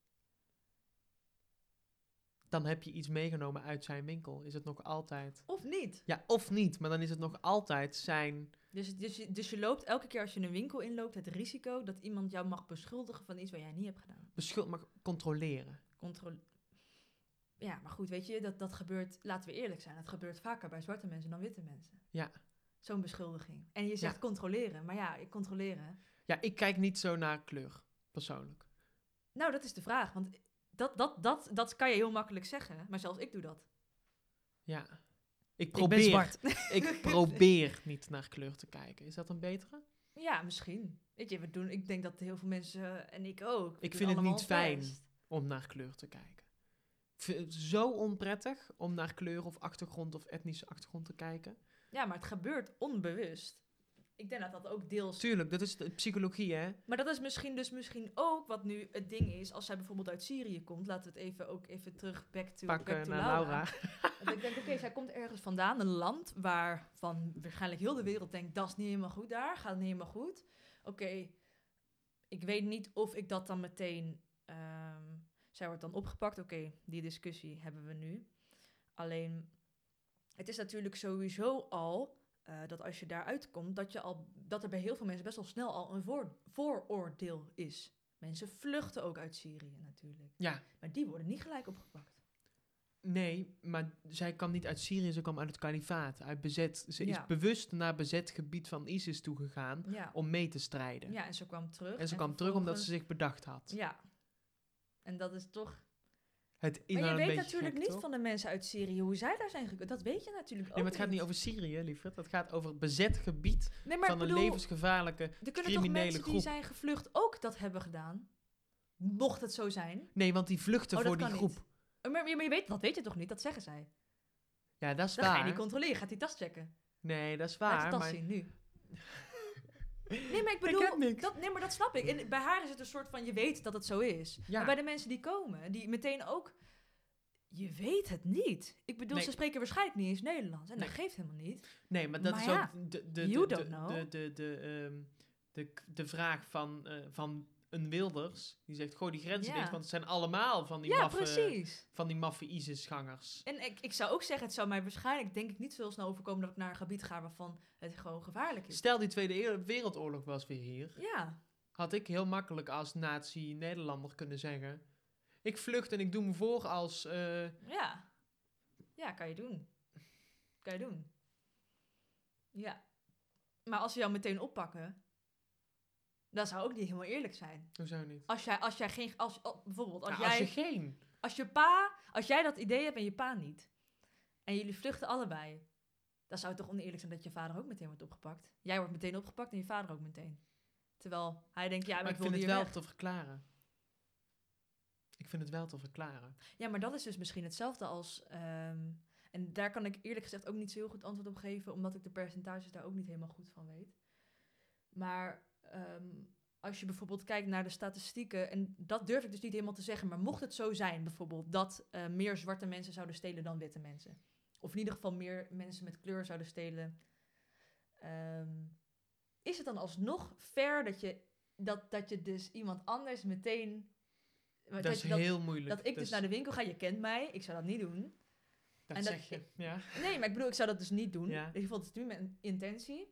Dan heb je iets meegenomen uit zijn winkel. Is het nog altijd... Of niet? Ja, of niet. Maar dan is het nog altijd zijn... Dus je loopt elke keer als je een winkel inloopt het risico dat iemand jou mag beschuldigen van iets wat jij niet hebt gedaan. mag controleren. Ja, maar goed, weet je, dat gebeurt, laten we eerlijk zijn, het gebeurt vaker bij zwarte mensen dan witte mensen. Ja. Zo'n beschuldiging. En je zegt Ja. controleren, maar ja, controleren. Ja, ik kijk niet zo naar kleur, persoonlijk. Nou, dat is de vraag, want dat kan je heel makkelijk zeggen, maar zelfs ik doe dat. Ja. Ik ben probeer, zwart. ik probeer niet naar kleur te kijken. Is dat een betere? Ja, misschien. Weet je, ik denk dat heel veel mensen, en ik ook. Ik doen vind het allemaal niet fijn. ons best. Om naar kleur te kijken. Ik vind het zo onprettig om naar kleur of achtergrond of etnische achtergrond te kijken. Ja, maar het gebeurt onbewust. Ik denk dat dat ook deels... Tuurlijk, dat is de psychologie, hè? Maar dat is misschien ook wat nu het ding is. Als zij bijvoorbeeld uit Syrië komt, laten we het even terug back to Pakken naar Laura. Laura. Want ik denk, oké, zij komt ergens vandaan, een land waarvan waarschijnlijk heel de wereld denkt, dat is niet helemaal goed daar, gaat niet helemaal goed. Oké, ik weet niet of ik dat dan meteen... zij wordt dan opgepakt, oké, die discussie hebben we nu. Alleen, het is natuurlijk sowieso al... dat als je daaruit komt, dat er bij heel veel mensen best wel snel al een vooroordeel is. Mensen vluchten ook uit Syrië natuurlijk. Ja, Maar die worden niet gelijk opgepakt. nee, maar zij kwam niet uit Syrië, ze kwam uit het kalifaat, uit bezet. Ze is Ja. bewust naar bezet gebied van ISIS toegegaan Ja, om mee te strijden. ja en ze kwam terug. En ze kwam terug omdat ze vervolgens- zich bedacht had. Ja. En dat is toch... Het is Maar wel je een weet beetje natuurlijk gek, niet toch? van de mensen uit Syrië hoe zij daar zijn gekomen. Dat weet je natuurlijk ook Nee, maar het gaat niet over Syrië, lieverd. Het gaat over bezet gebied Nee, maar van ik een bedoel, levensgevaarlijke er kunnen toch criminele mensen die groep. zijn gevlucht ook dat hebben gedaan? Mocht het zo zijn? Nee, want die vluchten Oh, voor dat die kan groep. niet. Maar dat weet je toch niet? Dat zeggen zij. Ja, dat is Dan ga je waar. niet controleren. Gaat die tas checken. Nee, dat is Laat waar. je tas Maar... zien, nu. Nee, maar ik bedoel... heb niks. Nee, maar dat snap ik. En bij haar is het een soort van, je weet dat het zo is. Ja. Maar bij de mensen die komen, die meteen ook... Je weet het niet. Ik bedoel, Nee. ze spreken waarschijnlijk niet eens Nederlands. En Nee. dat geeft helemaal niet. Nee, maar dat Maar is ja, ook you don't know. de vraag van een Wilders. Die zegt, gooi die grenzen Ja. dicht, want het zijn allemaal van die Ja, maffe... precies. Van die maffe ISIS-gangers. En ik zou ook zeggen, het zou mij waarschijnlijk, denk ik, niet zo snel overkomen dat ik naar een gebied ga waarvan het gewoon gevaarlijk is. Stel die Tweede Wereldoorlog was weer hier. Ja, Had ik heel makkelijk als nazi-Nederlander kunnen zeggen... Ik vlucht en ik doe me voor als... ja. Ja, kan je doen. Kan je doen. Ja. Maar als ze jou meteen oppakken, dat zou ook niet helemaal eerlijk zijn. Hoezo niet? Als jij geen, bijvoorbeeld, Nou, als jij dat idee hebt en je pa niet, en jullie vluchten allebei, dan zou het toch oneerlijk zijn dat je vader ook meteen wordt opgepakt. Jij wordt meteen opgepakt en je vader ook meteen. Terwijl hij denkt, ja, maar Maar ik ik wil vind het hier wel weg. te verklaren. Ik vind het wel te verklaren. Ja, maar dat is dus misschien hetzelfde als... en daar kan ik eerlijk gezegd ook niet zo heel goed antwoord op geven, omdat ik de percentages daar ook niet helemaal goed van weet. Maar als je bijvoorbeeld kijkt naar de statistieken, en dat durf ik dus niet helemaal te zeggen, maar mocht het zo zijn bijvoorbeeld dat meer zwarte mensen zouden stelen dan witte mensen, of in ieder geval meer mensen met kleur zouden stelen, is het dan alsnog fair dat je dus iemand anders meteen... Dat is heel moeilijk. Dat ik dus naar de winkel ga, je kent mij, ik zou dat niet doen. Dat en dat- zeg je, ja. Nee, maar ik bedoel, ik zou dat dus niet doen. Ja. In ieder geval, het is nu met een intentie.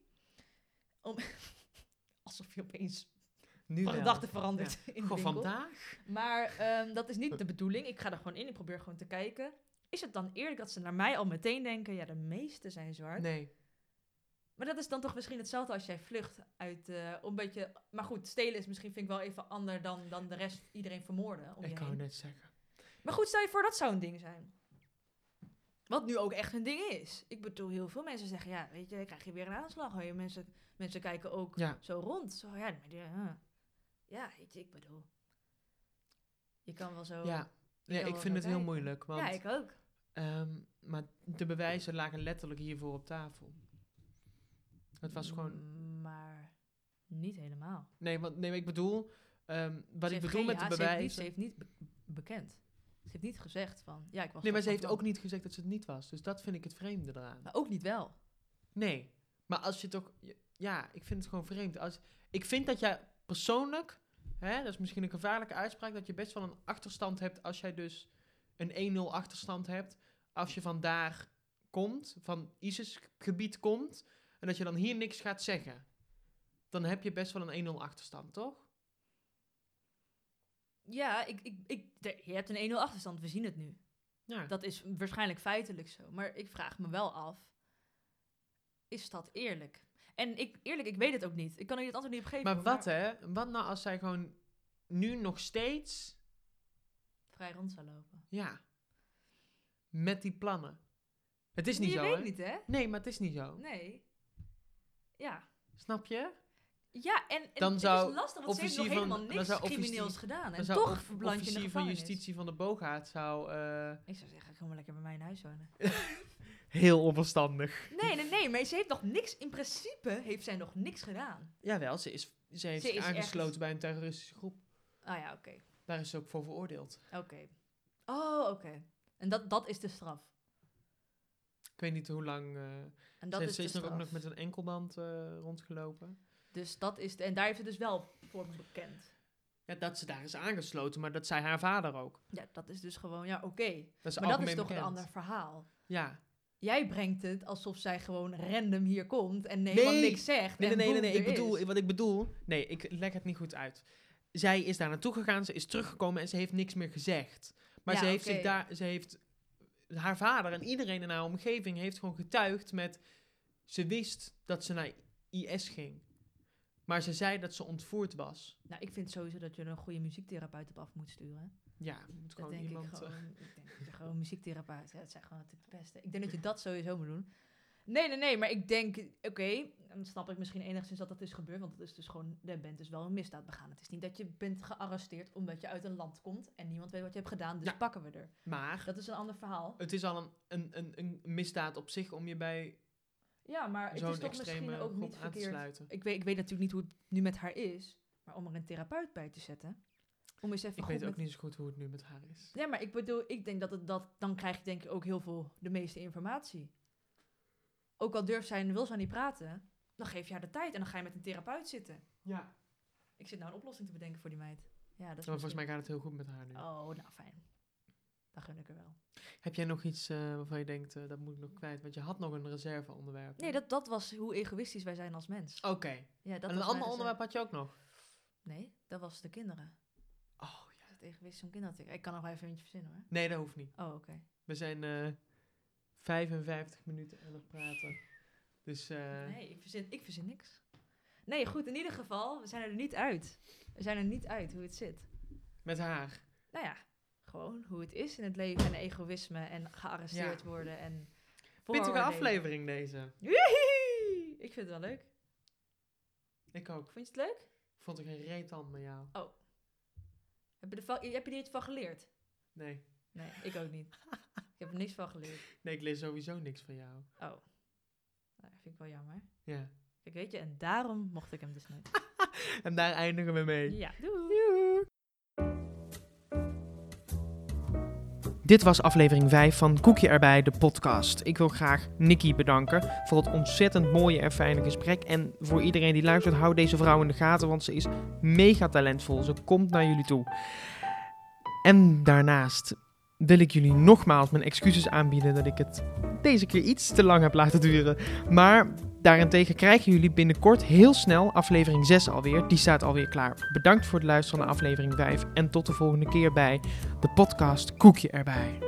Alsof je opeens Nu van wel. gedachten verandert in de Goh, winkel. vandaag? Maar dat is niet de bedoeling. Ik ga er gewoon in, ik probeer gewoon te kijken. Is het dan eerlijk dat ze naar mij al meteen denken, ja, de meeste zijn zwart? Nee. Maar dat is dan toch misschien hetzelfde als jij vlucht uit, een beetje... Maar goed, stelen is misschien, vind ik wel even ander dan de rest iedereen vermoorden om je Ik wou heen. net zeggen. Maar goed, stel je voor dat zou een ding zijn. Wat nu ook echt een ding is. Ik bedoel, heel veel mensen zeggen, ja, weet je, krijg je weer een aanslag. Hoor je, mensen kijken ook Ja. zo rond. Zo, ja, ja, weet je, ik bedoel. Je kan wel zo... Ja, je ja kan ik wel vind zo het heel kijken. moeilijk. Want, Ja, ik ook. maar de bewijzen lagen letterlijk hiervoor op tafel. Het was gewoon... Maar niet helemaal. Nee, maar ik bedoel... wat Ze ik heeft bedoel geen- met de ja, bewijzen... Ze heeft niet bekend. Ze heeft niet gezegd van, ja, ik was Nee, maar dat ze heeft van ook plan. niet gezegd dat ze het niet was. Dus dat vind ik het vreemde eraan. Maar ook niet wel. Nee, maar als je toch... Ja, ik vind het gewoon vreemd. Ik vind dat jij persoonlijk... Hè, dat is misschien een gevaarlijke uitspraak... dat je best wel een achterstand hebt... als jij dus een 1-0 achterstand hebt... als je vandaar komt... van ISIS-gebied komt... en dat je dan hier niks gaat zeggen. Dan heb je best wel een 1-0 achterstand, toch? Ja, je hebt een 1-0 achterstand, we zien het nu. Ja. Dat is waarschijnlijk feitelijk zo. Maar ik vraag me wel af, is dat eerlijk? En ik weet het ook niet. Ik kan er het antwoord niet op geven. Maar hoor, wat, hè? Wat nou als zij gewoon nu nog steeds... vrij rond zou lopen. Ja. Met die plannen. Het is niet je zo, weet hè? niet, hè? Nee, maar het is niet zo. Nee. Ja. Snap je? Ja, en Dan het zou is lastig, want ze heeft nog officier van- helemaal dan niks zou crimineels gedaan. Dan En zou toch beland je in de officier van gevangenis. justitie van de Boogaard zou... Ik zou zeggen, ga maar lekker bij mij in huis wonen. heel onverstandig. Nee, maar ze heeft nog niks, in principe heeft zij nog niks gedaan. Jawel, ze heeft Ze zich is aangesloten echt- bij een terroristische groep. Ah ja, oké. Daar is ze ook voor veroordeeld. Oké. Oh, oké. En dat is de straf. Ik weet niet hoe lang... En dat ze is ze de is nog ook straf. nog met een enkelband rondgelopen. Dus dat is en daar heeft ze dus wel voor bekend. Ja, dat ze daar is aangesloten, maar dat zei haar vader ook. Ja, dat is dus gewoon, ja, oké. Dat is Maar dat is algemeen toch bekend. een ander verhaal. Ja. Jij brengt het alsof zij gewoon random hier komt en helemaal Nee. niks zegt. Nee, en boem, ik er bedoel, is. wat ik bedoel... Nee, ik leg het niet goed uit. Zij is daar naartoe gegaan, ze is teruggekomen en ze heeft niks meer gezegd. Maar Ja, ze heeft oké. zich daar... Haar vader en iedereen in haar omgeving heeft gewoon getuigd met... Ze wist dat ze naar IS ging. Maar ze zei dat ze ontvoerd was. Nou, ik vind sowieso dat je er een goede muziektherapeut op af moet sturen. Ja, je moet Dat gewoon denk iemand... ik gewoon. Ik denk dat je gewoon muziektherapeut, ja, dat zijn gewoon het beste. Ik denk dat je dat sowieso moet doen. Nee, maar ik denk, oké, dan snap ik misschien enigszins dat dat is gebeurd, want het is dus gewoon, je bent dus wel een misdaad begaan. Het is niet dat je bent gearresteerd omdat je uit een land komt en niemand weet wat je hebt gedaan, dus Ja. pakken we er. Maar Dat is een ander verhaal. het is al een misdaad op zich om je bij Ja, maar het zo'n is toch misschien extreme ook groep niet aan te verkeerd. sluiten. Ik weet natuurlijk niet hoe het nu met haar is, maar om er een therapeut bij te zetten, om eens even Ik goed weet ook met- niet zo goed hoe het nu met haar is. Ja, maar ik bedoel, ik denk dat dan krijg je denk ik ook heel veel, de meeste informatie. Ook al durft zij en wil zij niet praten, dan geef je haar de tijd en dan ga je met een therapeut zitten. Ja. Ik zit nou een oplossing te bedenken voor die meid. Ja, dat is Maar volgens mij misschien- gaat het heel goed met haar nu. Oh, nou fijn. Dan gun ik er wel. Heb jij nog iets waarvan je denkt, dat moet ik nog kwijt? Want je had nog een reserveonderwerp. Nee, dat was hoe egoïstisch wij zijn als mens. Oké. Ja, dat En was een mijn ander onderwerp had je ook nog? Nee, dat was de kinderen. Oh ja. Het egoïstisch om kinderen te... Ik kan nog wel even eentje verzinnen hoor. Nee, dat hoeft niet. Oh, oké. We zijn 55 minuten aan het praten. Dus Nee, ik verzin niks. Nee, goed, in ieder geval, we zijn er niet uit. We zijn er niet uit hoe het zit. met haar. Nou ja, gewoon hoe het is in het leven en egoïsme en gearresteerd Ja. worden en Pittige vooroordelen. aflevering deze. Joehie! Ik vind het wel leuk. Ik ook. Vond je het leuk? Ik vond er geen reet aan met jou. Heb je er iets van geleerd? Nee. Nee, ik ook niet. Ik heb er niks van geleerd. Nee, ik lees sowieso niks van jou. Oh. Nou, dat vind ik wel jammer. Ja. Kijk, weet je, en daarom mocht ik hem dus nooit. En daar eindigen we mee. Ja, doei! Dit was aflevering 5 van Koekje Erbij, de podcast. Ik wil graag Nikki bedanken voor het ontzettend mooie en fijne gesprek. En voor iedereen die luistert, hou deze vrouw in de gaten, want ze is mega talentvol. Ze komt naar jullie toe. En daarnaast wil ik jullie nogmaals mijn excuses aanbieden dat ik het deze keer iets te lang heb laten duren. Maar daarentegen krijgen jullie binnenkort heel snel aflevering 6 alweer. Die staat alweer klaar. Bedankt voor het luisteren naar aflevering 5 en tot de volgende keer bij de podcast Koekje Erbij.